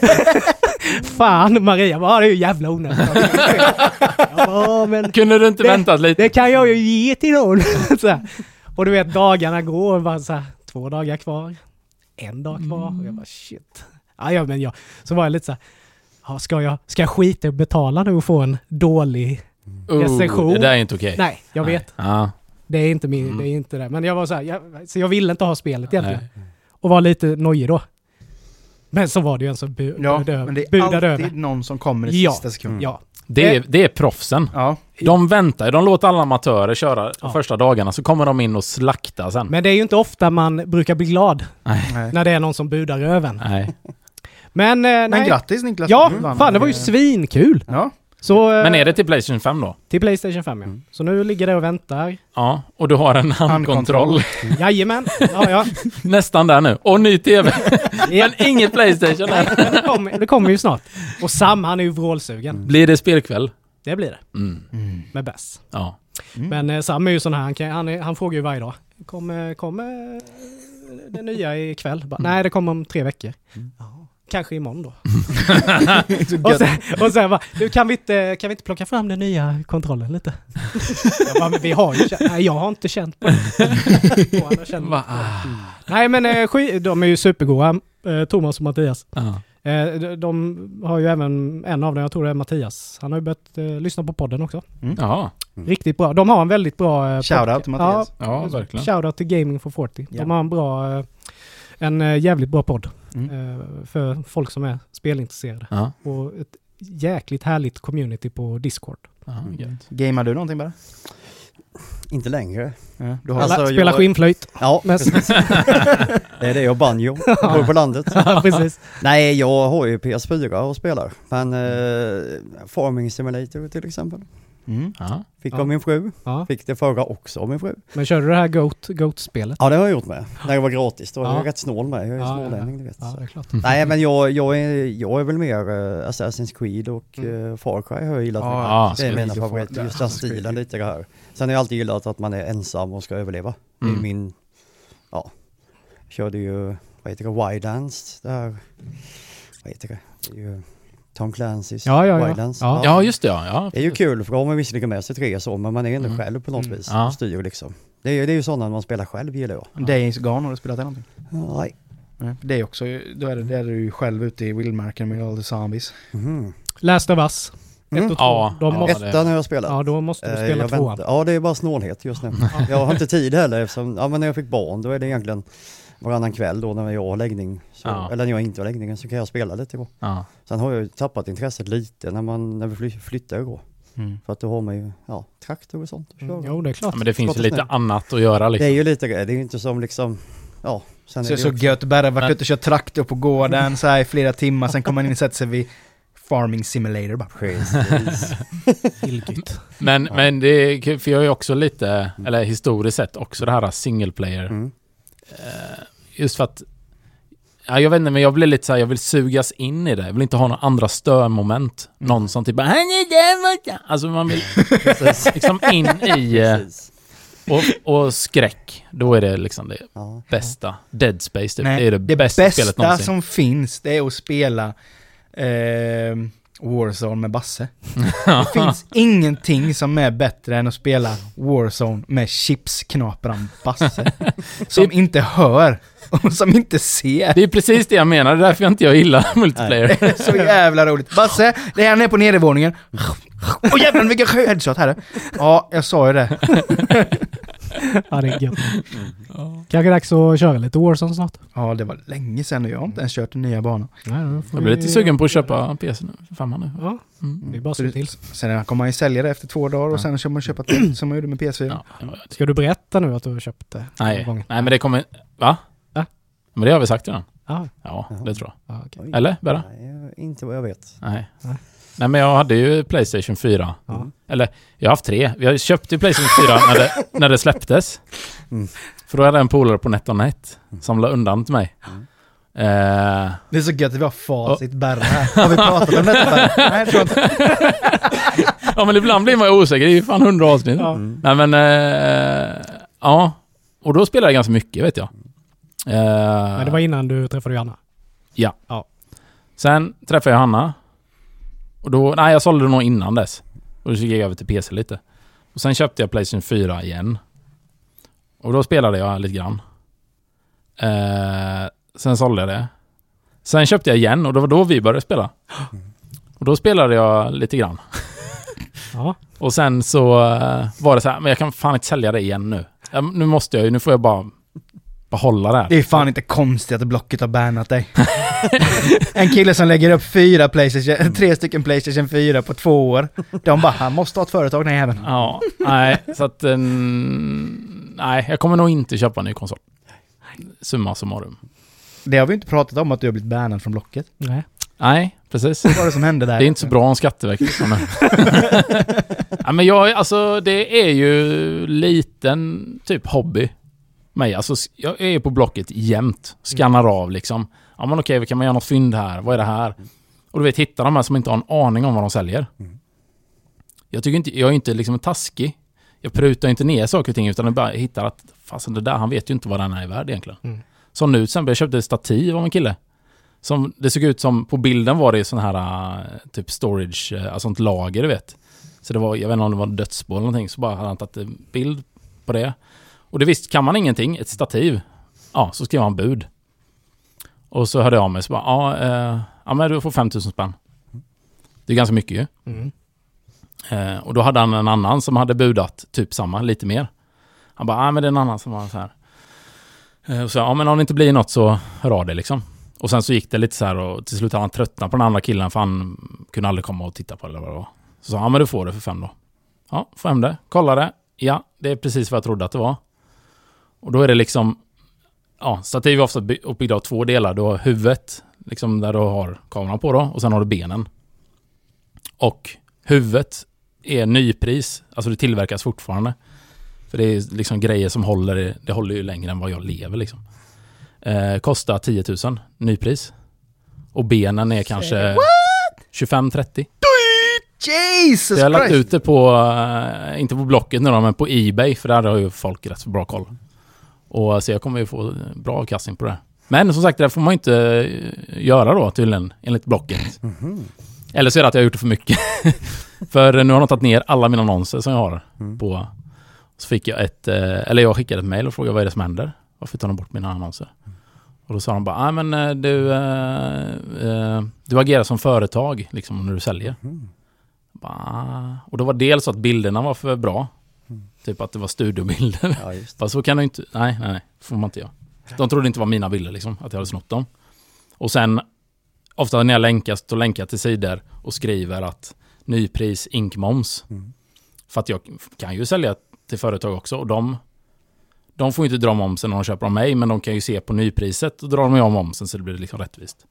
Fan, Maria, det är ju jävla onödigt. Men kunde du inte väntat lite? Det kan jag ju ge till någon. Och du vet, dagarna går och bara så här, 2 dagar kvar. 1 dag kvar. Och jag bara, shit. Så var jag lite så här, ska jag skita och betala nu och få en dålig recension? Det där är inte okej. Nej, jag vet. Det är inte det är inte det. Men jag var så här, så jag ville inte ha spelet egentligen. Och var lite nojig då. Men så var det ju en som budade över. Men det är alltid någon som kommer i sista sekund. Ja. Det är proffsen. Ja. De väntar, de låter alla amatörer köra första dagarna, så kommer de in och slakta sen. Men det är ju inte ofta man brukar bli glad när det är någon som budar över. Nej. Men grattis Niklas. Ja, fan, det var ju svinkul. Ja. Så, men är det till PlayStation 5 då? Till PlayStation 5, ja. Så nu ligger det och väntar. Ja, och du har en handkontroll. Jajamän. Ja. Nästan där nu. Och ny TV. Men inget PlayStation här. Det kommer ju snart. Och Sam, han är ju vrålsugen. Blir det spelkväll? Det blir det. Med Bess. Ja. Men Sam är ju sån här, han frågar ju varje dag. Kommer det nya ikväll? Nej, det kommer om 3 veckor. kanske imorgon då. och sen bara, du, kan vi inte plocka fram den nya kontrollen lite? Jag bara, men vi har ju nej, jag har inte känt på det. Nej, men de är ju supergoda, Thomas och Mattias. De har ju även en av dem, jag tror det är Mattias. Han har ju börjat lyssna på podden också. Riktigt bra. De har en väldigt bra shoutout till Mattias. Ja, verkligen. Shoutout till Gaming for 40. De har en jävligt bra podd för folk som är spelintresserade. Och ett jäkligt härligt community på Discord. Gamear du någonting bara? Inte längre. Du har spelar skinnflöjt. Ja, precis. Det är det och banjo. Bor på landet. Precis. Nej, jag har ju PS4 och spelar. Men Farming Simulator till exempel. Fick av min fru. Fick det förra också av min fru. Men körde du det här Goat-spelet? Ja, det har jag gjort med. När det var gratis. Då var jag rätt snål med. Jag är snålänning, du vet. Ja, det är klart. Nej, men jag är väl mer Assassin's Creed och Far Cry har jag gillat. Det är mina favoriter. Just den stilen lite det här. Sen har jag alltid gillat att man är ensam och ska överleva. Det är min... Ja. Jag körde ju... Vad heter det? Wildlands. Det här... Vad heter det? Det är ju... Tom Clancy's Wildlands. Ja, just det. Ja. Det är ju kul för då har man visserligen med sig 3 så, men man är ändå själv på något vis. Styr liksom. Det är ju sådana man spelar själv, gillar jag. Days Gone, har du spelat det någonting? Nej. Det är också, då är du ju själv ute i vildmarken med all the zombies. Last of Us. 1 och 2. Ettan har jag spelat. Ja, då måste du spela 2. Ja, det är bara snålhet just nu. Jag har inte tid heller eftersom, men när jag fick barn då är det egentligen varannan kväll då när jag har läggning. Eller när jag inte har läggningen så kan jag spela lite då. Sen har jag ju tappat intresset lite när vi flyttar då. För att då har man ju traktor och sånt. Jo, det är klart. Men det finns ju lite annat att göra liksom. Det är ju lite det är ju inte som liksom sen så är det så gött bara varit ute och kört traktor på gården så här i flera timmar, sen kommer man in och sätter sig vid Farming Simulator bara. Precis. Men det är kul, för jag är ju också lite, eller historiskt sett också det här single player. Just för att jag vet inte, men jag blir lite så här, jag vill sugas in i det. Jag vill inte ha några andra störmoment. Någon som typ alltså man vill liksom in i och skräck. Då är det liksom det bästa. Dead Space typ. Nej, det är det bästa spelet någonsin. Det bästa som finns, det är att spela Warzone med Basse. Det finns ingenting som är bättre än att spela Warzone med chipsknapran Basse. Som inte hör och som inte ser. Det är precis det jag menar. Det är därför jag inte gillar multiplayer. Det är så jävla roligt. Basse, det är han är på nedervåningen. Åh jävlar, vilken headshot här. Ja, jag sa ju det. Ja, det är gött. Kanske dags att köra lite Warzone snart. Ja, det var länge sedan och jag har inte ens kört en nya bana. Jag blir lite sugen på att köpa PC nu. Fan nu. Ja, det är bara så till. Sen kommer man ju sälja det efter 2 dagar och sen kör man köpa det som man gjorde med PS4. Ska du berätta nu att du har köpt det? Nej, men det kommer... Va? Men det har vi sagt redan. Ja, det tror jag. Okay. Eller? Bara? Nej, inte vad jag vet. Nej, men jag hade ju PlayStation 4. Eller, jag har haft 3. Vi har köpt ju PlayStation 4 när det släpptes. För då hade jag en polare på NetOnNet som la undan till mig. Det är så gött att vi har facit Berra här. Har vi pratat om detta Berra? Nej, jag tror inte. Ja, men ibland blir man ju osäker. Det är ju fan 100 avsnitt. Nej, men och då spelade jag ganska mycket, vet jag. Men det var innan du träffade Johanna? Ja. Sen träffade jag Hanna. Och då, jag sålde det nog innan dess. Och då gick jag över till PC lite. Och sen köpte jag PlayStation 4 igen. Och då spelade jag lite grann. Sen sålde jag det. Sen köpte jag igen och det var då vi började spela. Och då spelade jag lite grann. Och sen så var det så här, men jag kan fan inte sälja det igen nu. Nu får jag bara behålla det här. Det är fan inte konstigt att Blocket har bannat dig. En kille som lägger upp 3 stycken PlayStation 4 på 2 år. De bara, han måste ha ett företag den även. Ja, nej. Så att nej, jag kommer nog inte köpa en ny konsol. Summa summarum. Det har vi inte pratat om, att du har blivit bannad från Blocket. Nej, precis. Vad var det som hände där? Det är inte så bra om Skatteverket. Ja, men det är ju liten typ hobby. Mig. Alltså, jag är på Blocket jämt. Skannar av liksom. Ja, men okej, kan man göra något fynd här? Vad är det här? Och du vet, hitta de här som inte har en aning om vad de säljer. Jag är inte liksom taskig. Jag prutar inte ner saker och ting, utan jag bara hittar att fasen, det där, han vet ju inte vad den är värd egentligen. Så nu till exempel, jag köpte ett stativ av en kille Som det såg ut som, på bilden var det sån här typ storage, alltså ett lager, du vet. Så det var, jag vet inte om det var dödsbo eller någonting, så bara hade han tagit en bild på det. Och det visst, kan man ingenting, ett stativ, ja, så skrev han bud. Och så hörde jag av mig, så bara, ja men du får 5 000 spänn. Det är ganska mycket ju. Och då hade han en annan som hade budat typ samma, lite mer. Han bara, ja men det är en annan som var så här. Och så, ja men om det inte blir något så hör av det liksom. Och sen så gick det lite så här, och till slut hade han tröttnat på den andra killen, för han kunde aldrig komma och titta på det eller vad det var. Så sa han, ja men du får det för 5 då. Ja, får hem det. Kolla det. Ja, det är precis vad jag trodde att det var. Och då är det liksom, ja, stativ är ofta uppbyggda av 2 delar. Du har huvudet, liksom där du har kameran på då, och sen har du benen. Och huvudet är nypris, alltså det tillverkas fortfarande. För det är liksom grejer som håller, det håller ju längre än vad jag lever liksom. Kostar 10 000, nypris. Och benen är kanske 25-30. Jesus jag har lagt ut det på, inte på Blocket nu då, men på eBay, för där har ju folk rätt så bra koll. Och så jag kommer ju få bra avkastning på det. Men som sagt, det får man inte göra då tydligen, enligt Blocket. Eller så är det att jag har gjort det för mycket. För nu har de tagit ner alla mina annonser som jag har på. Så fick jag jag skickade ett mejl och frågade vad är det som händer. Varför tar de bort mina annonser? Och då sa de bara, men du agerar som företag liksom när du säljer. Och då var det dels att bilderna var för bra. Typ att det var studiobilder. Ja, fast så kan du inte, nej, får man inte göra. De trodde inte var mina bilder liksom, att jag hade snott dem. Och sen, ofta när jag länkar till sidor och skriver att nypris, inkmoms. För att jag kan ju sälja till företag också, och de får inte dra momsen när de köper av mig, men de kan ju se på nypriset och drar de av momsen, så det blir liksom rättvist.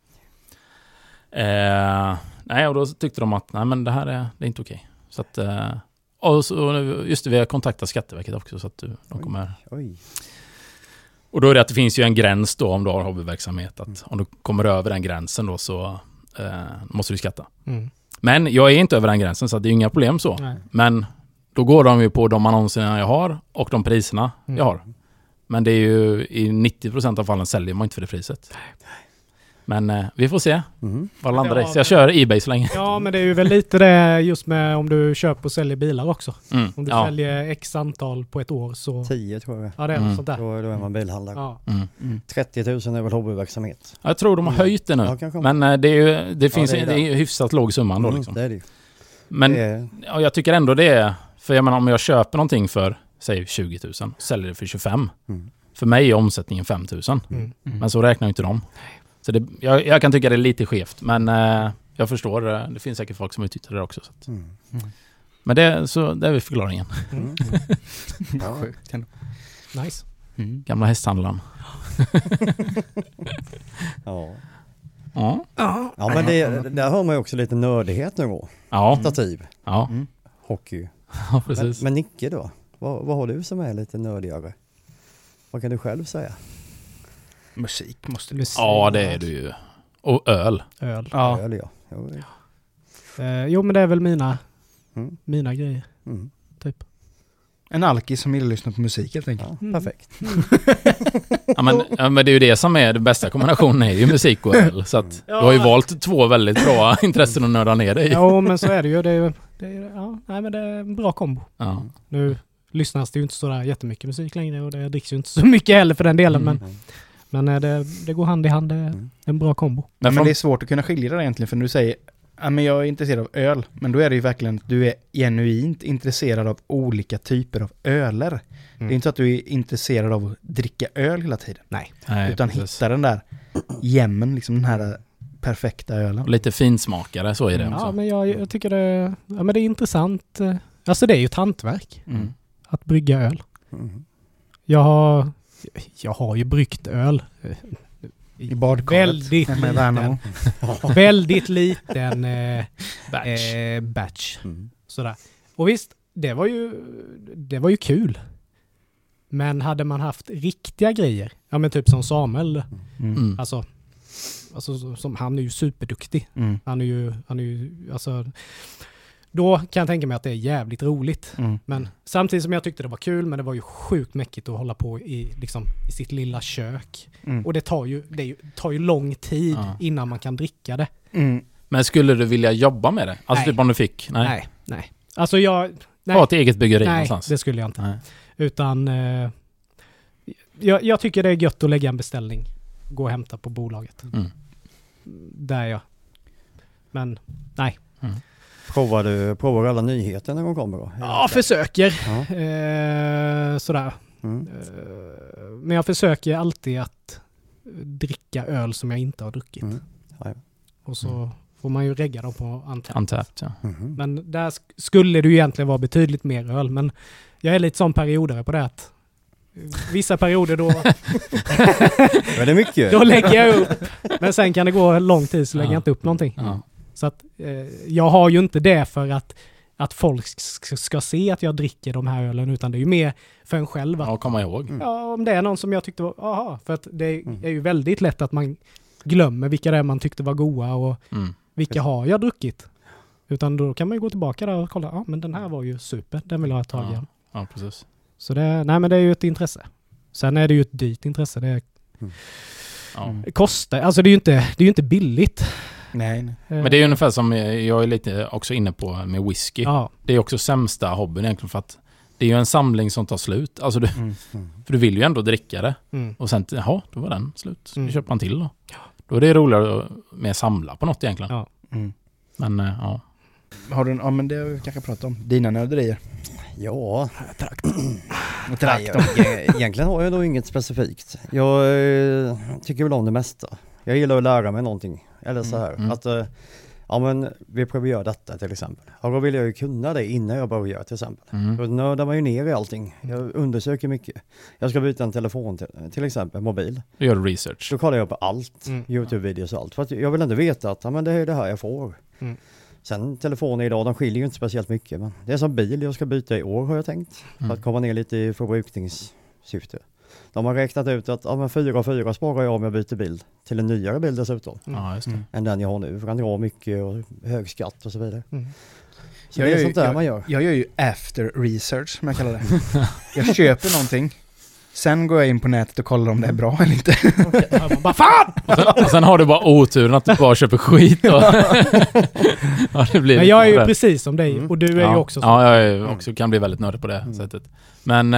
Och då tyckte de att nej, men det här det är inte okej. Så att, och så, just det, vi har kontaktat Skatteverket också, så att de kommer. Oj. Och då är det att det finns ju en gräns då om du har hobbyverksamhet, att om du kommer över den gränsen då så måste du skatta. Men jag är inte över den gränsen, så det är inga problem så. Nej. Men då går de ju på de annonserna jag har och de priserna jag har. Men det är ju i 90% av fallen säljer man inte för det priset. Men vi får se vad landar det. Så jag kör eBay så länge. Ja, men det är ju väl lite det just med om du köper och säljer bilar också. Om du säljer x antal på ett år så... 10 tror jag. Ja, det är något sånt där. Då är man bilhandlare. Ja. 30 000 är väl hobbyverksamhet. Jag tror de har höjt det nu. Ja, men det är ju hyfsat låg summa då liksom. Det är det. Men jag tycker ändå det är... För jag menar, om jag köper någonting för, säg 20 000 och säljer det för 25. För mig är omsättningen 5 000. Men så räknar inte de. Så jag kan tycka det är lite skevt, men jag förstår, det finns säkert folk som utnyttjar det också. Så att. Men det är väl förklaringen. Sjukt. Nice. Gamla hästhandlaren. Ja, men där har man ju också lite nördighet nu då. Ja. Stativ. Ja. Hockey. Ja, precis. Men Nicke då? Vad har du som är lite nördigare? Vad kan du själv säga? Musik måste du säga. Ja, det är du ju. Och öl. Ja. Öl, ja. Jo, men det är väl mina grejer. Typ. En alkis som vill lyssna på musik helt enkelt. Ja, perfekt. Men det är ju det som är den bästa kombinationen, är ju musik och öl. Så att du har ju valt 2 väldigt bra intressen att nörda ner dig i. Ja, men så är det ju. Det är en bra kombo. Ja. Nu lyssnas det ju inte så där jättemycket musik längre, och det dricks ju inte så mycket heller för den delen, men det går hand i hand. Det är en bra kombo. Men det är svårt att kunna skilja det egentligen, för när du säger men jag är intresserad av öl, men då är det ju verkligen att du är genuint intresserad av olika typer av öler. Det är inte så att du är intresserad av att dricka öl hela tiden. Nej, utan hitta den där jämmen, liksom den här perfekta ölen. Och lite finsmakare, så är det också. Ja, men jag tycker det är intressant. Alltså det är ju ett hantverk att brygga öl. Jag har ju bryggt öl i badkaret väldigt liten batch. Sådär. Och visst, det var ju kul. Men hade man haft riktiga grejer, ja men typ som Samuel, alltså som han är ju superduktig. Han är ju alltså Då kan jag tänka mig att det är jävligt roligt. Men samtidigt som jag tyckte det var kul, men det var ju sjukt mäckigt att hålla på i sitt lilla kök. Och det tar ju lång tid innan man kan dricka det. Men skulle du vilja jobba med det? Alltså typ om du fick? Nej. Alltså ha ett eget byggeri någonstans? Nej, det skulle jag inte. Nej. Utan jag tycker det är gött att lägga en beställning. Gå och hämta på bolaget. Där jag. Men nej. Provar alla nyheter när de kommer då? Ja, försöker. Sådär. Men jag försöker alltid att dricka öl som jag inte har druckit. Och så får man ju regga dem på Untapped. Ja. Men där skulle det ju egentligen vara betydligt mer öl. Men jag är lite sån periodare på det att vissa perioder då är det mycket? Då lägger jag upp. Men sen kan det gå lång tid så lägger jag inte upp någonting. Så att jag har ju inte det för att folk ska se att jag dricker de här ölen, utan det är ju mer för en själv. Ja, komma ihåg. Ja, om det är någon som jag tyckte var, för att det är ju väldigt lätt att man glömmer vilka det är man tyckte var goda och vilka har jag druckit. Utan då kan man ju gå tillbaka där och kolla, men den här var ju super, den vill jag ha tag i. Ja, precis. Så men det är ju ett intresse. Sen är det ju ett dyrt intresse. Det kostar, alltså det är ju inte billigt. Nej. Men det är ju ungefär som jag är lite också inne på med whisky. Ja. Det är också sämsta hobbyn egentligen, för att det är ju en samling som tar slut. Alltså för du vill ju ändå dricka det. Och sen, då var den slut. Så köper man till då. Då är det roligare med att samla på något egentligen. Ja. Men ja. Har du men det har vi kanske pratat om. Dina nörderier. Ja, traktor. Egentligen har jag nog inget specifikt. Jag tycker väl om det mesta. Jag gillar att lära mig någonting. Eller så här. Att, men vi provar göra detta till exempel. Och då vill jag ju kunna det innan jag börjar till exempel. Då nördar man ju ner i allting. Jag undersöker mycket. Jag ska byta en telefon till exempel, mobil. Du gör research. Då kollar jag på allt. YouTube-videos och allt. För att jag vill ändå veta att det är det här jag får. Sen telefoner idag, de skiljer ju inte speciellt mycket. Men det är som bil jag ska byta i år har jag tänkt. För att komma ner lite i förbrukningssyfte. De har räknat ut att 4 sparar jag om jag byter bil till en nyare bil dessutom. Ja, just det. Än den jag har nu. För den drar mycket och hög skatt och så vidare. Så det är sånt där man gör. Jag gör ju after research, som jag kallar det. Jag köper någonting. Sen går jag in på nätet och kollar om det är bra eller inte. Bara fan! Och sen har du bara oturen att du bara köper skit. Det blir men jag är ju precis som dig. Och du är ju också så. Ja, jag är också, kan bli väldigt nördig på det sättet. Men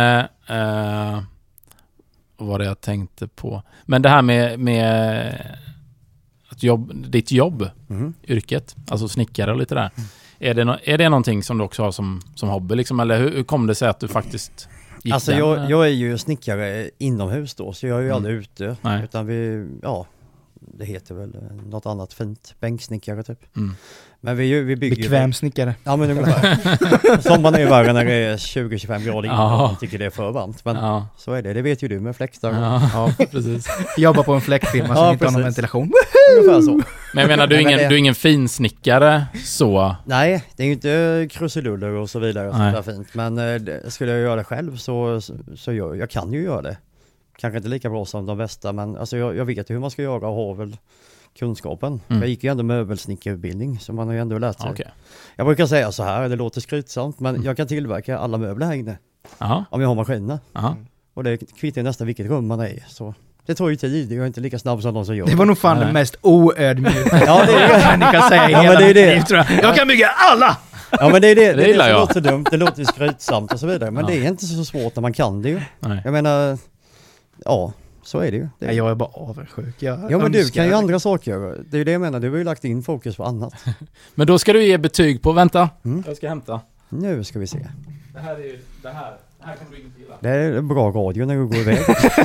vad var det jag tänkte på? Men det här med ditt jobb, yrket, alltså snickare och lite där. Är det någonting som du också har som hobby liksom? Eller hur kom det sig att du faktiskt gick alltså jag är ju snickare inomhus då, så jag är ju aldrig ute. Nej. Utan det heter väl något annat fint. Bänksnickare typ. Men vi bygger bekvämsnickare. Ja, men ungefär. Sommaren är ju värre när det är 20-25 grader inne. Jag tycker det är för varmt. Men så är det. Det vet ju du med fläktar. Ja, precis. Jobba på en fläktfirma som inte har någon ventilation. Ungefär så. Men jag menar, du är ingen finsnickare så. Nej, det är ju inte krusiduller och så vidare. Och sånt där fint. Men skulle jag göra det själv så jag kan ju göra det. Kanske inte lika bra som de bästa, men alltså jag vet ju hur man ska göra och har väl kunskapen. Jag gick ju ändå möbelsnickarutbildning, så man har ju ändå lärt sig. Okay. Jag brukar säga så här, det låter skrytsamt, men jag kan tillverka alla möbler här inne. Om jag har maskinerna. Och det kvittar nästan vilket rum man är i. Så det tar ju tid, jag är inte lika snabb som de som gör. Det var nog fan det mest oödmjuka. Ja, det är det ni kan säga hela men det är det. Tror jag. Jag kan bygga alla! Ja, men det är det som låter dumt, det låter skrytsamt och så vidare. Men det är inte så svårt när man kan det ju. Nej. Jag menar, så är det ju. Nej, jag är bara avundsjuk. Men du kan ju andra saker. Det är ju det jag menar, du har ju lagt in fokus på annat. Men då ska du ge betyg på, vänta. Jag ska hämta. Nu ska vi se. Det här kommer du inte gilla. Det är bra radio när du går iväg.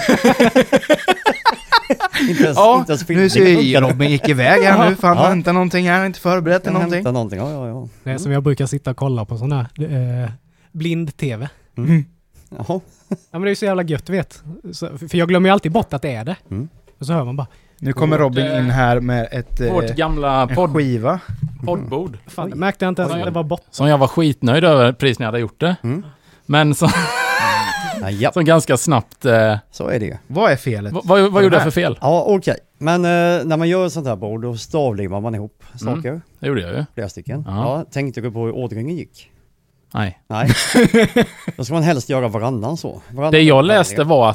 Nu ser jag Robin gick iväg här nu. Fan, hämta någonting här, inte förberett någonting. Hämta någonting, ja. Det är som jag brukar sitta och kolla på sån här blind-tv. Jaha. Ja, men det är ju så jävla gött, vet. För jag glömmer ju alltid bort att det är det. Och så hör man bara. Nu kommer Robin in här med ett gamla skiva. Poddbord. Fan, märkte jag inte ens att det var bort. Som jag var skitnöjd över precis när jag hade gjort det. Men så Ja. Som ganska snabbt... Så är det. Vad är felet? Vad gjorde jag för fel? Ja, okej. Men när man gör sånt här bord, då stavlimmar man ihop saker. Det gjorde jag ju. Flera stycken. Ja. Tänkte du på hur ordningen gick? Nej. Då ska man helst göra varannan så. Det jag läste var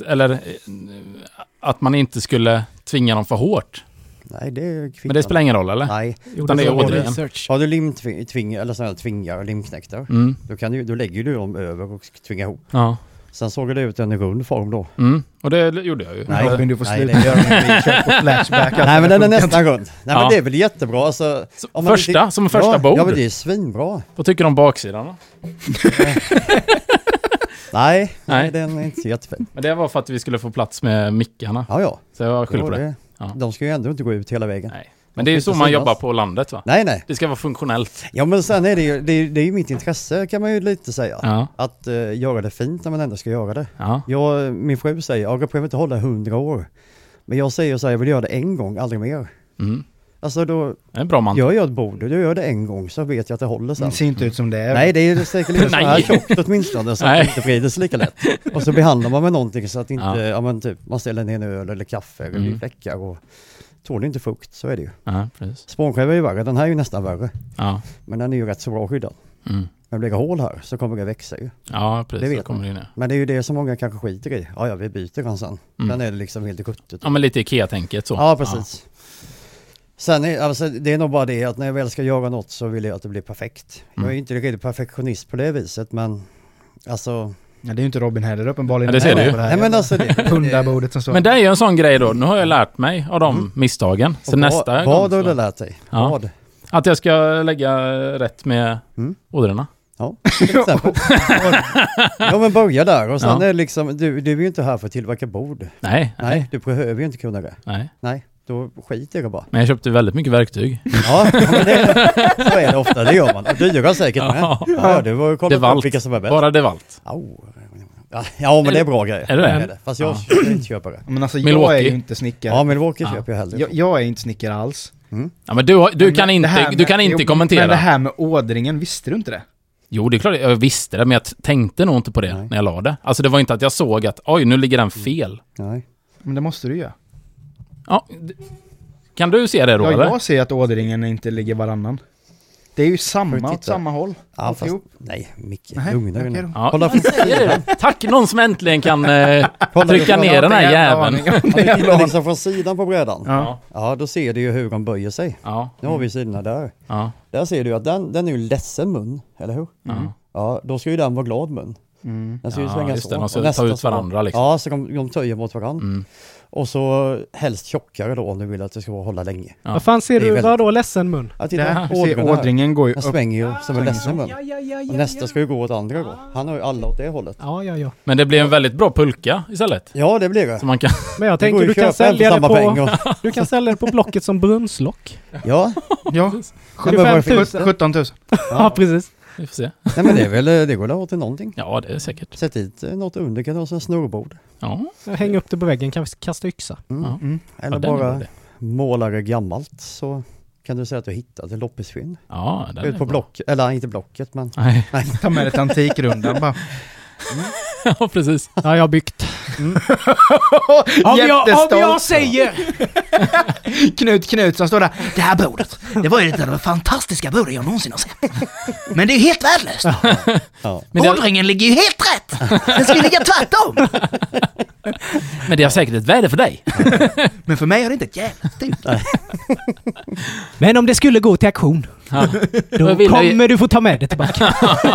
att man inte skulle tvinga dem för hårt. Nej, det är men det spelar ingen roll, eller? Nej. Utan det är ordningen. Har du tvingar, limknäktar, då lägger du dem över och tvingar ihop. Ja. Sen såg det ut en rund form då. Och det gjorde jag ju. Nej, Robin, du får sluta göra en på Flashback. Nej, men den är nästan rund. Nej, men det är väl jättebra. Alltså, som en första bord. Ja, men det är svinbra. Vad tycker du om baksidan då? Nej, den är inte så jättefin. Men det var för att vi skulle få plats med mickarna. Ja. Så jag var skyld på det. Ja. De ska ju ändå inte gå ut hela vägen. Nej. Men det är ju så man jobbar på landet, va? Nej. Det ska vara funktionellt. Ja, men sen är det är ju mitt intresse, kan man ju lite säga. Ja. Att göra det fint när man ändå ska göra det. Ja. Min fru säger, jag behöver inte hålla 100 år. Men jag säger så här, jag vill göra det en gång, aldrig mer. Alltså då en bra man. Jag gör ett bord och jag gör det en gång så vet jag att det håller sen. Det ser inte ut som det är. Nej, det är säkert lite så här tjockt åtminstone så att det inte vrider sig lika lätt. Och så behandlar man med någonting så att inte typ, man ställer ner en öl eller kaffe eller blir fläckar och tål inte fukt, så är det ju. Ja, precis. Spånskiva är ju värre, den här är ju nästan värre. Ja. Men den är ju rätt så bra skyddad. Men blir det hål här så kommer det växa ju. Ja, precis. Det vet man. Men det är ju det som många kanske skiter i. Ja, vi byter den sen. Den är liksom helt i kuttet. Ja, men lite Ikea-tänket så. Ja, precis. Ja. Sen det är nog bara det att när jag väl ska göra något så vill jag att det blir perfekt. Jag är inte riktigt perfektionist på det viset, men alltså... Ja, det är ju inte Robin heller uppenbarligen. Ja, det ser du ju. Nej, men alltså pundabordet som står. Men det är ju en sån grej då. Nu har jag lärt mig av de misstagen. Så nästa gång... Vad har du lärt dig? Ja. Vad? Att jag ska lägga rätt med ådrorna. Ja, till exempel. Ja, men börja där. Och sen är det liksom... Du är ju inte här för att tillverka bord. Nej. Du behöver ju inte kunna det. Nej. Då skiter det bara. Men jag köpte väldigt mycket verktyg. Ja, men så är det ofta. Det gör man. Och du gör säkert med. Ja, du var ju kollat på vilka som är bäst. Bara Devalt. Ja, men det är bra grejer. Är det? Fast jag vill inte köpa det. Men alltså, jag är ju inte snickare. Ja, Milwaukee köper jag hellre. Jag är inte snickare alls. Ja, men du kan inte kommentera. Men det här med ådringen, visste du inte det? Jo, det är klart jag visste det, men jag tänkte nog inte på det när jag la det. Alltså det var inte att jag såg att oj, nu ligger den fel. Nej. Men det måste du göra. Ja, kan du se det då? Ja, eller? jag ser att ådringen inte ligger varannan. Det är ju åt samma håll. Ja, fast, nej, Micke, lugna dig nu. Ja, kolla tack, någon som äntligen kan trycka ner den här jäveln. Om vi tittar liksom från sidan på brädan. Ja, då ser du ju hur de böjer sig. Ja. Nu har vi sidorna där. Ja. Där ser du att den är ju ledsen mun, eller hur? Ja, då ska ju den vara glad mun. Den ska ju svänga just så. Det, de ska ta ut varandra liksom. Ja, så de töjer mot varandra. Och så helst tjockare då om du vill att det ska hålla länge. Ja. Vad fan ser du? Vad då ledsen mun? Ja, titta, ådringen går ju upp. Den svänger ju som en ledsen mun. Och nästa ska ju gå åt andra gång. Han har ju alla åt det hållet. Ja. Men det blir en väldigt bra pulka istället. Ja, det blir det. Så man kan... Men jag tänker du kan sälja det på du kan sälja det på Blocket som brunnslock. Ja. 17 000. Ja, precis. Vi får se. Nej, men det går att till någonting. Ja, det är säkert. Sätt hit något under, kan du ha en snurrbord. Ja. Häng upp det på väggen, kan vi kasta yxa. Eller bara måla det gammalt, så kan du säga att du hittat ett loppisfynd. Ja, den ut på block, eller inte blocket, men... Nej. Ta med ett antikrundan bara. Ja, precis. Ja, jag har byggt. Om jag säger! Knut som står där. Det här bordet, det var ju ett av de fantastiska borden jag någonsin har sett. Men det är ju helt värdelöst. Ådringen ligger ju helt rätt. Den ska ligga tvärtom. Men det har säkert ett värde för dig. Men för mig har det inte ett jävla styrt. Men om det skulle gå till aktion, då kommer du få ta med det tillbaka.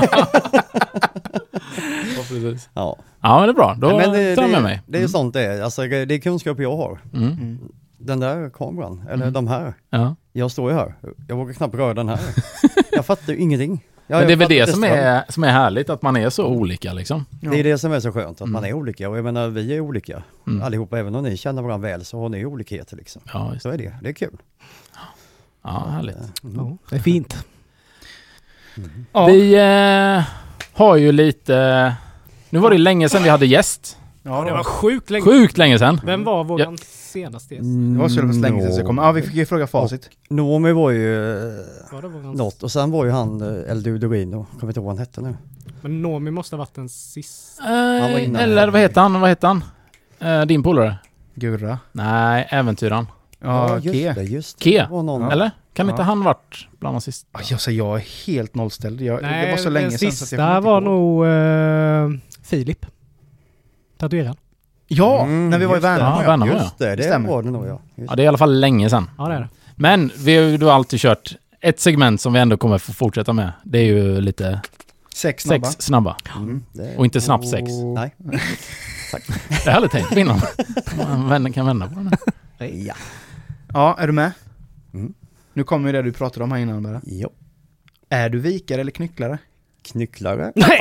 Ja, men det är bra. Då tar jag med mig. Det är sånt det är. Alltså, det är kunskap jag har. Den där kameran, eller de här. Ja. Jag står ju här. Jag vågar knappt röra den här. Jag fattar ju ingenting. Men det är väl det som är härligt, att man är så olika liksom. Det är det som är så skönt, att man är olika. Och jag menar, vi är olika. Allihopa, även om ni känner varandra väl, så har ni olikheter liksom. Ja, så är det. Det är kul. Ja, härligt. Det är fint. Ja. Vi har ju lite... Nu var det länge sedan vi hade gäst. Ja, det var sjukt länge sedan. Vem var vår senaste gäst? Det var så länge sedan så kom. Ja, vi fick ju fråga facit. Noomi var ju något. Och sen var ju han El Dudorino. Kommer inte ihåg vad han hette nu. Men Nomi måste ha varit den sista. Eller vad heter han? Din polare? Gurra. Nej, Äventyran. Ja, just det. Eller? Kan inte han varit bland de sista? Jag är helt nollställd. Nej, det var så länge sedan. Sista var nog Filip. Tatuerad. Ja, när vi var i Värnamo. Just det var det nog, ja. Ja, det är i alla fall länge sedan. Ja, det är det. Men vi har ju då alltid kört ett segment som vi ändå kommer få fortsätta med. Det är ju lite... Sex snabba. Och inte snabb sex. Nej. Tack. Det har jag aldrig tänkt på innan. Man kan vända på den här. Ja, är du med? Nu kommer ju det du pratade om här innan bara. Jo. Är du vikare eller knycklare? Knycklare. Nej!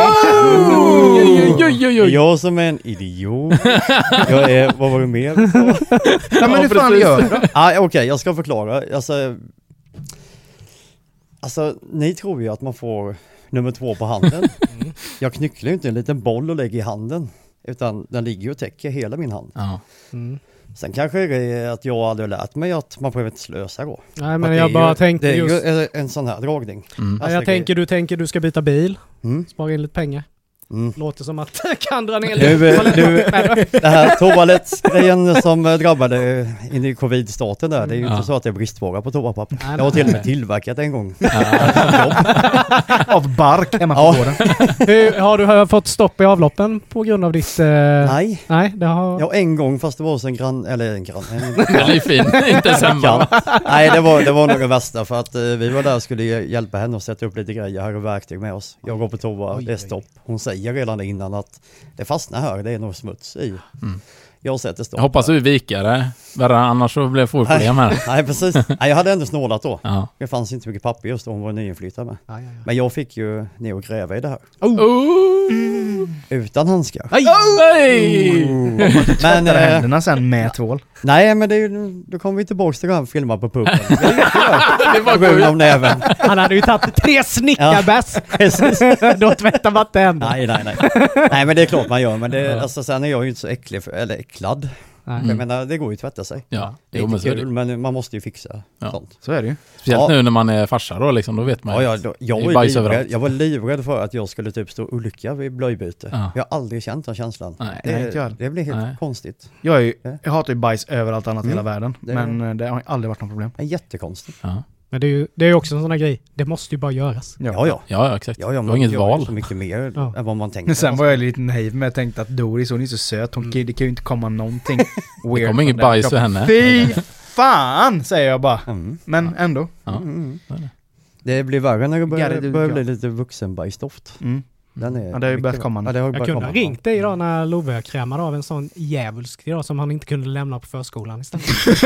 Jag som är en idiot. Jag är, vad var det mer? Ja, men hur fan gör du då? Okej, jag ska förklara. Alltså, ni tror ju att man får nummer 2 på handen. Jag knycklar ju inte en liten boll och lägger i handen. Utan den ligger och täcker hela min hand. Ja. Sen kanske det är att jag aldrig har lärt mig att man behöver inte slösa då. Nej, men jag bara tänkte det är just... ju en sån här dragning. Ja, jag tänker du ska byta bil. Spara in lite pengar. Låter som att kan dra ner lite. Det här toalettgrejen som drabbade in i covid-staten där, det är ju inte så att det är bristvara på toapapper. Jag har till och med tillverkat en gång. Av bark hemma på gården. Har du fått stopp i avloppen på grund av ditt... Nej. Nej, det har... Ja, en gång fast det var hos en grann. Den är fin, inte sämre. Nej, det var nog det värsta för att vi var där och skulle hjälpa henne att sätta upp lite grejer. Här är verktyg med oss. Jag går på toa, det är stopp. Hon säger redan innan att det fastnar här, det är nog smuts i. Jag sätter stopp. Jag hoppas du är vikare, annars så blir det problem här. Nej, precis. Nej, jag hade ändå snålat då. Ja. Det fanns inte mycket papper just då hon var nyinflyttad med. Men jag fick ju ner och gräva i det här. Utan handskar. Men händerna sen med tvål. Nej, men det är ju, då kommer vi tillbaka till att filma på puben. Det var om näven. Han hade ju tagit 3 snickarbärs. Då tvättar man inte händerna. Nej, men det är klart man gör. Men det, alltså, sen är jag ju inte så äcklad. Jag menar, det går ju att tvätta sig. Ja, det är inte kul, men man måste ju fixa sånt. Så är det ju. Speciellt nu när man är farsa då, liksom, då vet man jag var livrädd för att jag skulle typ stå ulka vid blöjbyte. Jag har aldrig känt den känslan. Det blir helt konstigt. Jag hatar ju bajs överallt annat i hela världen. Men det har aldrig varit något problem. Det är jättekonstigt. Men det är ju också en sån här grej. Det måste ju bara göras. Ja, exakt. Du har inget val. Så mycket mer än vad man tänkte. Sen var jag lite naiv med jag tänkte att Doris, hon är så söt. Det kan ju inte komma någonting weird. Det kommer inget bajs för henne. Fy fan, säger jag bara. Men ändå. Det blir värre när det börjar bli lite vuxenbajsdoft. Det har ju börjat komma nu. Jag kunde ha ringt dig idag när Love krämade av en sån djävulsk idag som han inte kunde lämna på förskolan istället.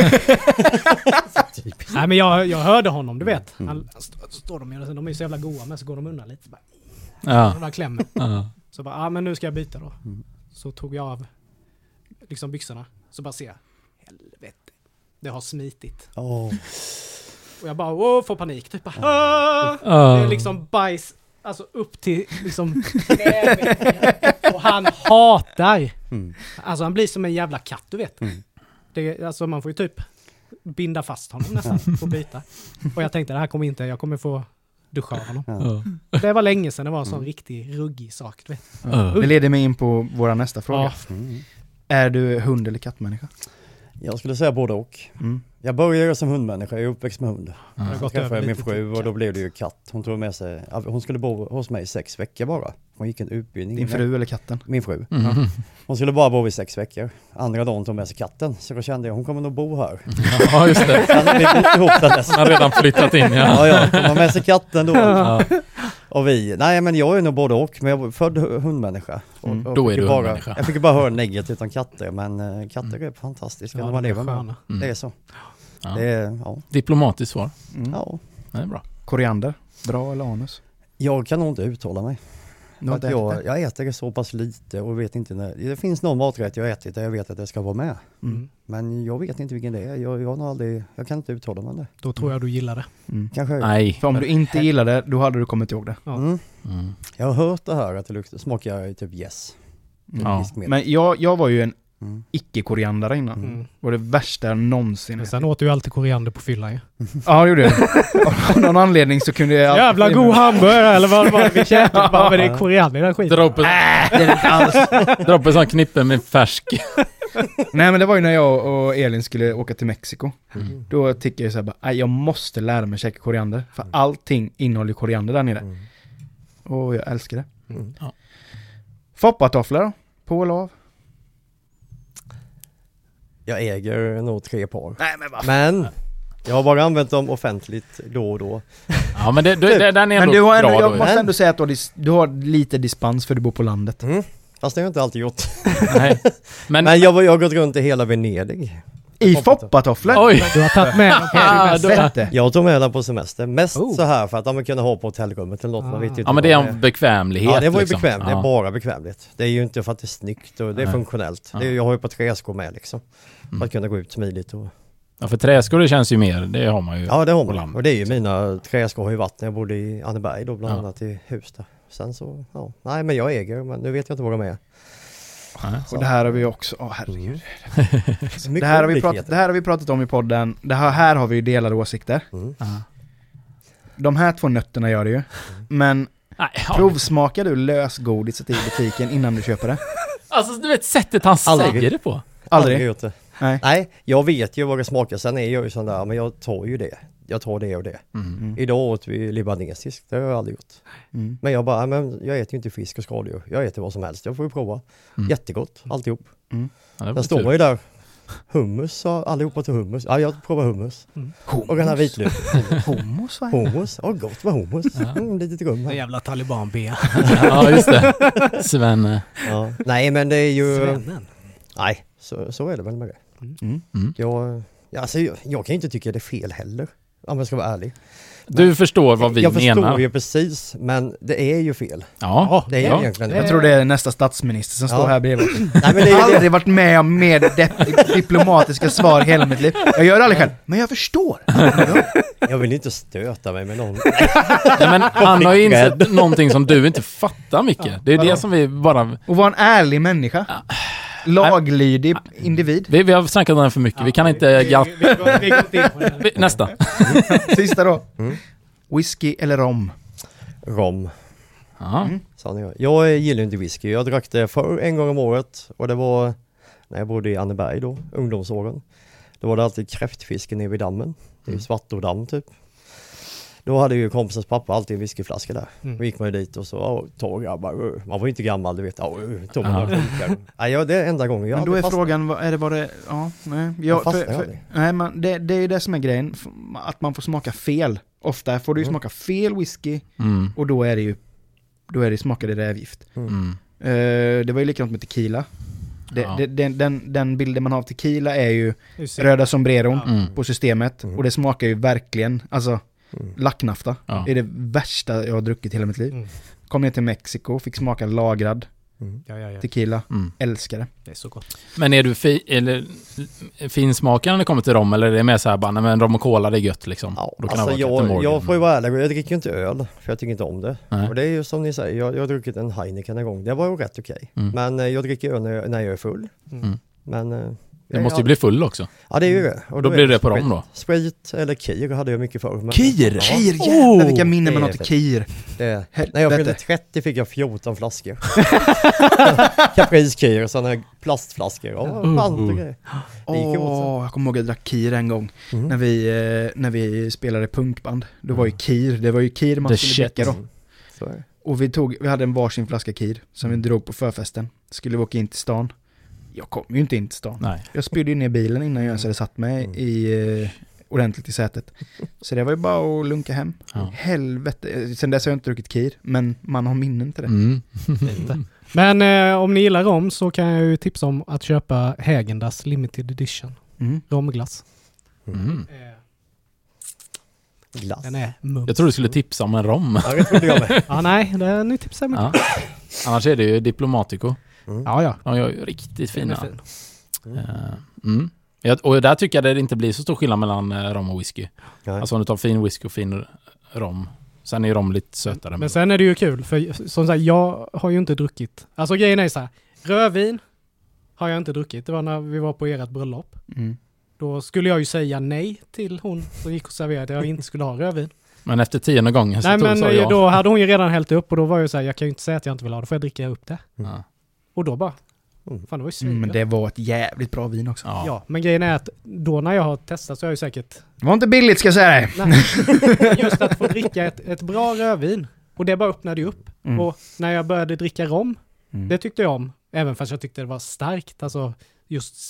Nej, men jag hörde honom, du vet. Han står de är ju så jävla goa, men så går de undan lite. De där klämmer. Så bara, men nu ska jag byta då. Så tog jag av liksom byxorna. Så bara ser jag, helvete, det har smitit. Och jag bara, får panik. Typ bara, det är liksom bajs. Alltså upp till liksom och han hatar. Alltså han blir som en jävla katt, du vet. Alltså man får ju typ binda fast honom nästan och byta. Och jag tänkte, det här kommer inte, jag kommer få duscha av honom. Det var länge sedan det var en sån riktig ruggig sak, du vet. Det leder mig in på våra nästa fråga. Är du hund- eller kattmänniska? Jag skulle säga både och. Jag började som hundmänniska, jag är uppväxt med hund. Jag träffade min fru och då blev det ju katt. Hon tog med sig, hon skulle bo hos mig i 6 veckor bara. Hon gick en utbildning. Din fru eller katten? Min fru. Hon skulle bara bo i 6 veckor. Andra dagen tog med sig katten. Så då kände jag, hon kommer nog bo här. Ja, just det. Sen har vi bott ihop den där. Hon har redan flyttat in, ja. Hon har med sig katten då. Och nej men jag är nog både och, men jag är född hundmänniska. Och då är du hundmänniska. Jag fick bara höra negativt om katter, men katter är fantastiska när man lever med. Det är så. Det är, diplomatiskt svar. Ja. Det är bra. Koriander, bra eller anus? Jag kan nog inte uttala mig. Att jag äter det så pass lite och vet inte när. Det finns någon maträtt jag ätit där jag vet att det ska vara med. Men jag vet inte vilken det är. Jag kan inte uttala mig det. Då tror jag du gillar det. Kanske. Nej. För om du inte gillar det, då hade du kommit ihåg det. Jag har hört det här att det smakar typ yes. Men jag var ju en icke-koriander innan. Det var det värsta jag någonsin. Men sen åt du ju alltid koriander på fyllan ju. Ja, det gjorde jag. Av någon anledning så kunde jag... Jävla god hamburgare eller vad var det vi käkade? Bara med det koriander i den skiten. Dra upp en sån knippe med färsk. Nej, men det var ju när jag och Elin skulle åka till Mexiko. Då tycker jag så här bara, jag måste lära mig käka koriander. För allting innehåller koriander där nere. Och jag älskar det. Ja. Foppatofflor då? På eller av? Jag äger nog 3 par. Nej, men vad Men jag har bara använt dem offentligt då och då. Ja, men den är ändå men du har ändå, bra jag då. måste ändå säga att du har lite dispens för du bor på landet. Fast det har jag inte alltid gjort. Nej. Men jag har gått runt i hela Venedig. I foppatofflor? Oj! Du har tagit med dem. Jag tog med den på semester. Mest så här för att de kunde ha på hotellrummet eller något. Man vet ju inte. Ja, men det är en bekvämlighet. Ja, det var ju liksom. bekvämt. Det är bara bekvämligt. Det är ju inte för att det är snyggt och det är funktionellt. Det är, jag har ju på träskor med liksom. För att kunna gå ut smidigt och... Ja, för träskor det känns ju mer. Det har man ju. Ja, det har på man. landet. Och det är ju mina träskor har ju varit när jag bodde i Anneberg då bland annat i Husta. Sen så, nej men jag äger, men nu vet jag inte vad de är. Och det här har vi också, herregud. Det här har vi pratat om i podden. Det här har vi ju delade åsikter. De här 2 nötterna gör det ju. Men provsmakar du lösgodiset i butiken innan du köper det? Alltså du vet sättet han säger det på. Aldrig gjort det. Nej, jag vet ju vad det smakar. Sen är jag ju sån där, men jag tar ju det. Jag tar det och det. Idag åt vi libanesiskt, det har jag aldrig gjort. Men jag bara, jag äter ju inte fisk och skaldjur. Jag äter vad som helst, jag får ju prova. Jättegott, alltihop. Ja, Där står man ju där. Hummus, allihopa till hummus. Ja, jag provar hummus. Och den här vitlök. Hummus, va? Hummus, gott med hummus. Lite rum här. En jävla taliban-B. Ja, just det. Svenne. Ja. Nej, men det är ju... Svennen. Nej, så är det väl med det. Jag kan inte tycka det är fel heller. Om jag ska vara ärlig. Du förstår vad vi menar. Jag förstår ju precis, men det är ju fel. Ja, det är egentligen det. Jag tror det är nästa statsminister som står här bredvid oss. Nej, men jag har aldrig varit med om mer diplomatiska svar hela mitt liv. Jag gör det aldrig själv, men jag förstår. Jag vill inte stöta mig med någon. Nej, men han har ju insett någonting som du inte fattar, Micke. Det är det som vi bara... Och vara en ärlig människa. Laglydig individ. Vi har snackat om den för mycket. Vi kan inte... Vi går inte in på det. Nästa. Sista då. Whisky eller rom? Rom. Ja. Jag gillar inte whisky. Jag drack det för en gång om året. Och det var när jag bodde i Anneberg då, ungdomsåren. Då var det alltid kräftfiske nere vid dammen. Det är ju Svartådamm typ. Då hade ju kompisens pappa alltid en whiskyflaska där. Då gick man ju dit och så tog grabbar. Man var ju inte gammal, du vet. Tog man ja, det är enda gången. Men då är frågan, är det bara... Ja, nej. Nej, men det är ju det som är grejen. Att man får smaka fel. Ofta får du ju smaka fel whisky. Och då är det ju... smakar det rävgift. Det var ju likadant med tequila. Den bilden man har av tequila är ju röda sombreron på systemet. Och det smakar ju verkligen... Alltså... lacknafta. Det är det värsta jag har druckit hela mitt liv. Kom ner till Mexiko, fick smaka lagrad tequila. Älskar det. Det är så gott. Men är du finsmakare när det kommer till rom, eller är det mer så här bara, men rom och cola det är gött liksom? Ja, då kan alltså jag får ju vara ärlig, jag dricker ju inte öl för jag tycker inte om det. Nej. Och det är ju som ni säger, jag har druckit en Heineken en gång. Det var ju rätt okej. Men jag dricker öl när jag är full. Men det måste ju bli full också. Ja, det är ju det. Och då blir det på rom då? Sprit eller kir hade jag mycket för. Kir? Jävlar vilka minnen man har till kir. När jag fyllde 30 fick jag 14 flaskor. Caprice-kir, sådana här plastflaskor. Jag kommer ihåg att jag drack kir en gång. När vi spelade punkband. Det var ju kir man skulle dricka då. Och vi hade en varsin flaska kir som vi drog på förfesten. Skulle vi åka in till stan. Jag kom ju inte in till stan. Nej. Jag spydde ner bilen innan jag ens hade satt mig ordentligt i sätet. Så det var ju bara att lunka hem. Helvete. Sen dess har jag inte druckit kir, men man har minnen till det. Men om ni gillar rom så kan jag ju tipsa om att köpa Hägendas Limited Edition. Romglass. Glass. Den är mums. Jag tror du skulle tipsa om en rom. Ja, det trodde jag med. Nej, det är ni tipsar mycket. Annars är det ju Diplomatico. Ja. De gör ju riktigt fina. Fin. Och där tycker jag det inte blir så stor skillnad mellan rom och whisky. Nej. Alltså om du tar fin whisky och fin rom. Sen är ju rom lite sötare. Men sen är det ju kul, för som sagt, jag har ju inte druckit. Alltså grejen är så här, rödvin har jag inte druckit. Det var när vi var på ert bröllop. Då skulle jag ju säga nej till hon som gick och serverade. Jag inte skulle ha rödvin. Men efter 10:e gången så sa jag. Då hade hon ju redan hällt upp och då var jag så här, jag kan ju inte säga att jag inte vill ha det. Då får jag dricka upp det. Och då bara, fan det var ju svin. Men det var ett jävligt bra vin också. Ja, men grejen är att då när jag har testat så har jag ju säkert... Det var inte billigt ska jag säga dig. Nej. Just att få dricka ett bra rödvin. Och det bara öppnade ju upp. Och när jag började dricka rom, det tyckte jag om. Även fast jag tyckte det var starkt. Alltså just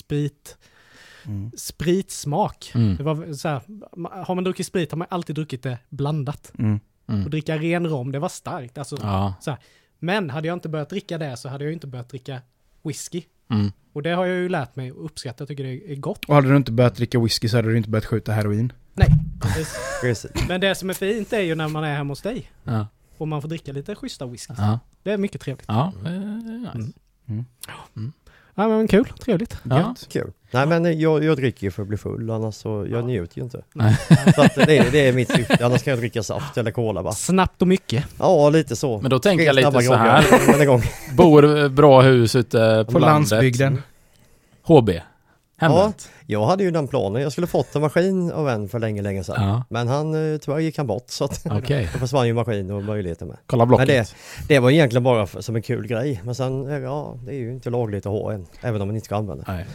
spritsmak. Det var så här, har man druckit sprit har man alltid druckit det blandat. Och dricka ren rom, det var starkt. Alltså, så här. Men hade jag inte börjat dricka det så hade jag inte börjat dricka whisky. Och det har jag ju lärt mig att uppskatta. Jag tycker det är gott. Och hade du inte börjat dricka whisky så hade du inte börjat skjuta heroin. Nej. Men det som är fint är ju när man är hemma hos dig. Och man får dricka lite schyssta whisky. Det är mycket trevligt. Ja, nice. Ja, men kul. Trevligt. Ja. Kul. Nej, men jag dricker ju för att bli full, annars så jag njuter ju inte. Så att det är mitt syfte. Annars kan jag dricka saft eller cola bara. Snabbt och mycket. Ja, lite så. Men då tänker jag lite så här. Bor bra hus ute på landsbygden. HB. Hemmet. Ja, jag hade ju den planen. Jag skulle fått en maskin av en för länge sedan. Ja. Men tyvärr gick han bort så att då försvann ju maskin och möjligheten med. Kolla blocket. Men det var egentligen bara som en kul grej. Men sen, det är ju inte lagligt att ha en. Även om man inte ska använda. Nej.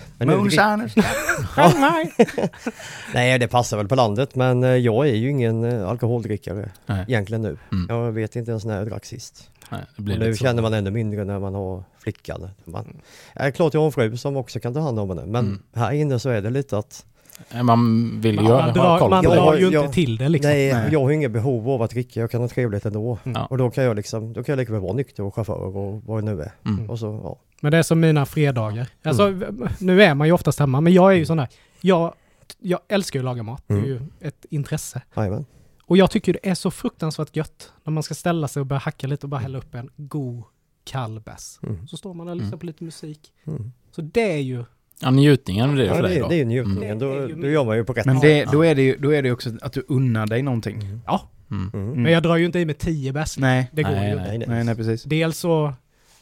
Nej, det passar väl på landet. Men jag är ju ingen alkoholdrickare egentligen nu. Jag vet inte ens när jag drack sist. Nej, det blir nu känner man ännu mindre när man har flickan. Klart jag har en fru som också kan ta hand om henne. Men här inne så är det lite att... Man vill ju ha koll. Man drar ju inte till det liksom. Nej, jag har inget behov av att dricka. Jag kan ha trevligt ändå. Och då kan jag lika väl vara nykter och chaufför och vad det nu är. Och så, Men det är som mina fredagar. Alltså, nu är man ju oftast hemma. Men jag är ju sån där. Jag älskar ju att laga mat. Det är ju ett intresse. Amen. Och jag tycker det är så fruktansvärt gött när man ska ställa sig och börja hacka lite och bara hälla upp en god kall bärs. Så står man och lyssnar på lite musik. Så det är ju... Ja, njutningen det är för dig då. Det är ju njutningen. Då gör man ju på rätt. Men då är det ju också att du unnar dig någonting. Ja. Men jag drar ju inte i med 10 bärs. Nej. Det går ju. Nej, precis. Dels så...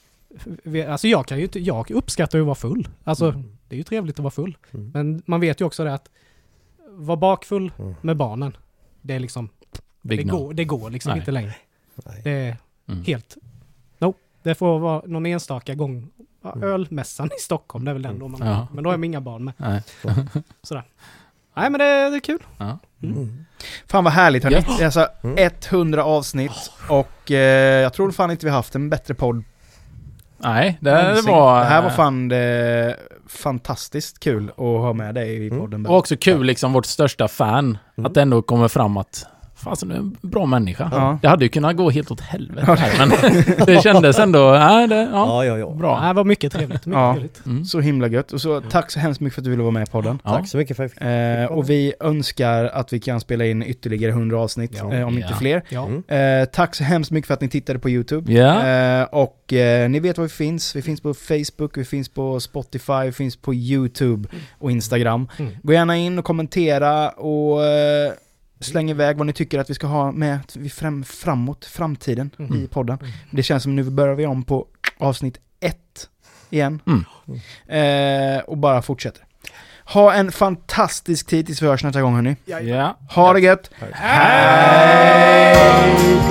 Alltså jag uppskattar ju att vara full. Alltså det är ju trevligt att vara full. Men man vet ju också det att vara bakfull med barnen. Det är liksom... Det går liksom inte längre. Nej. Det är helt... Det får vara någon enstaka gång. Ölmässan i Stockholm, det är väl den då man men då är inga barn med. Nej. Sådär. Nej, men det är kul. Ja. Fan vad härligt hörni. Det är alltså 100 avsnitt och jag tror fan inte vi haft en bättre podd. Nej, det här var fan fantastiskt kul att ha med dig i podden. Och också kul liksom vårt största fan att det ändå kommer fram att fan, så är en bra människa. Ja. Det hade ju kunnat gå helt åt helvete här, men det kändes ändå bra. Det var mycket trevligt. Trevligt. Så himla gött. Och så tack så hemskt mycket för att du ville vara med i podden. Tack så mycket för och vi önskar att vi kan spela in ytterligare 100 avsnitt, om inte fler. Ja. Tack så hemskt mycket för att ni tittade på YouTube. Och ni vet var vi finns. Vi finns på Facebook, vi finns på Spotify, vi finns på YouTube och Instagram. Gå gärna in och kommentera och släng iväg vad ni tycker att vi ska ha med framtiden i podden. Det känns som nu börjar vi om på avsnitt 1 igen. Och bara fortsätter. Ha en fantastisk tid tills vi hörs nästa gång hörni. Ja. Ha det gött. Hej!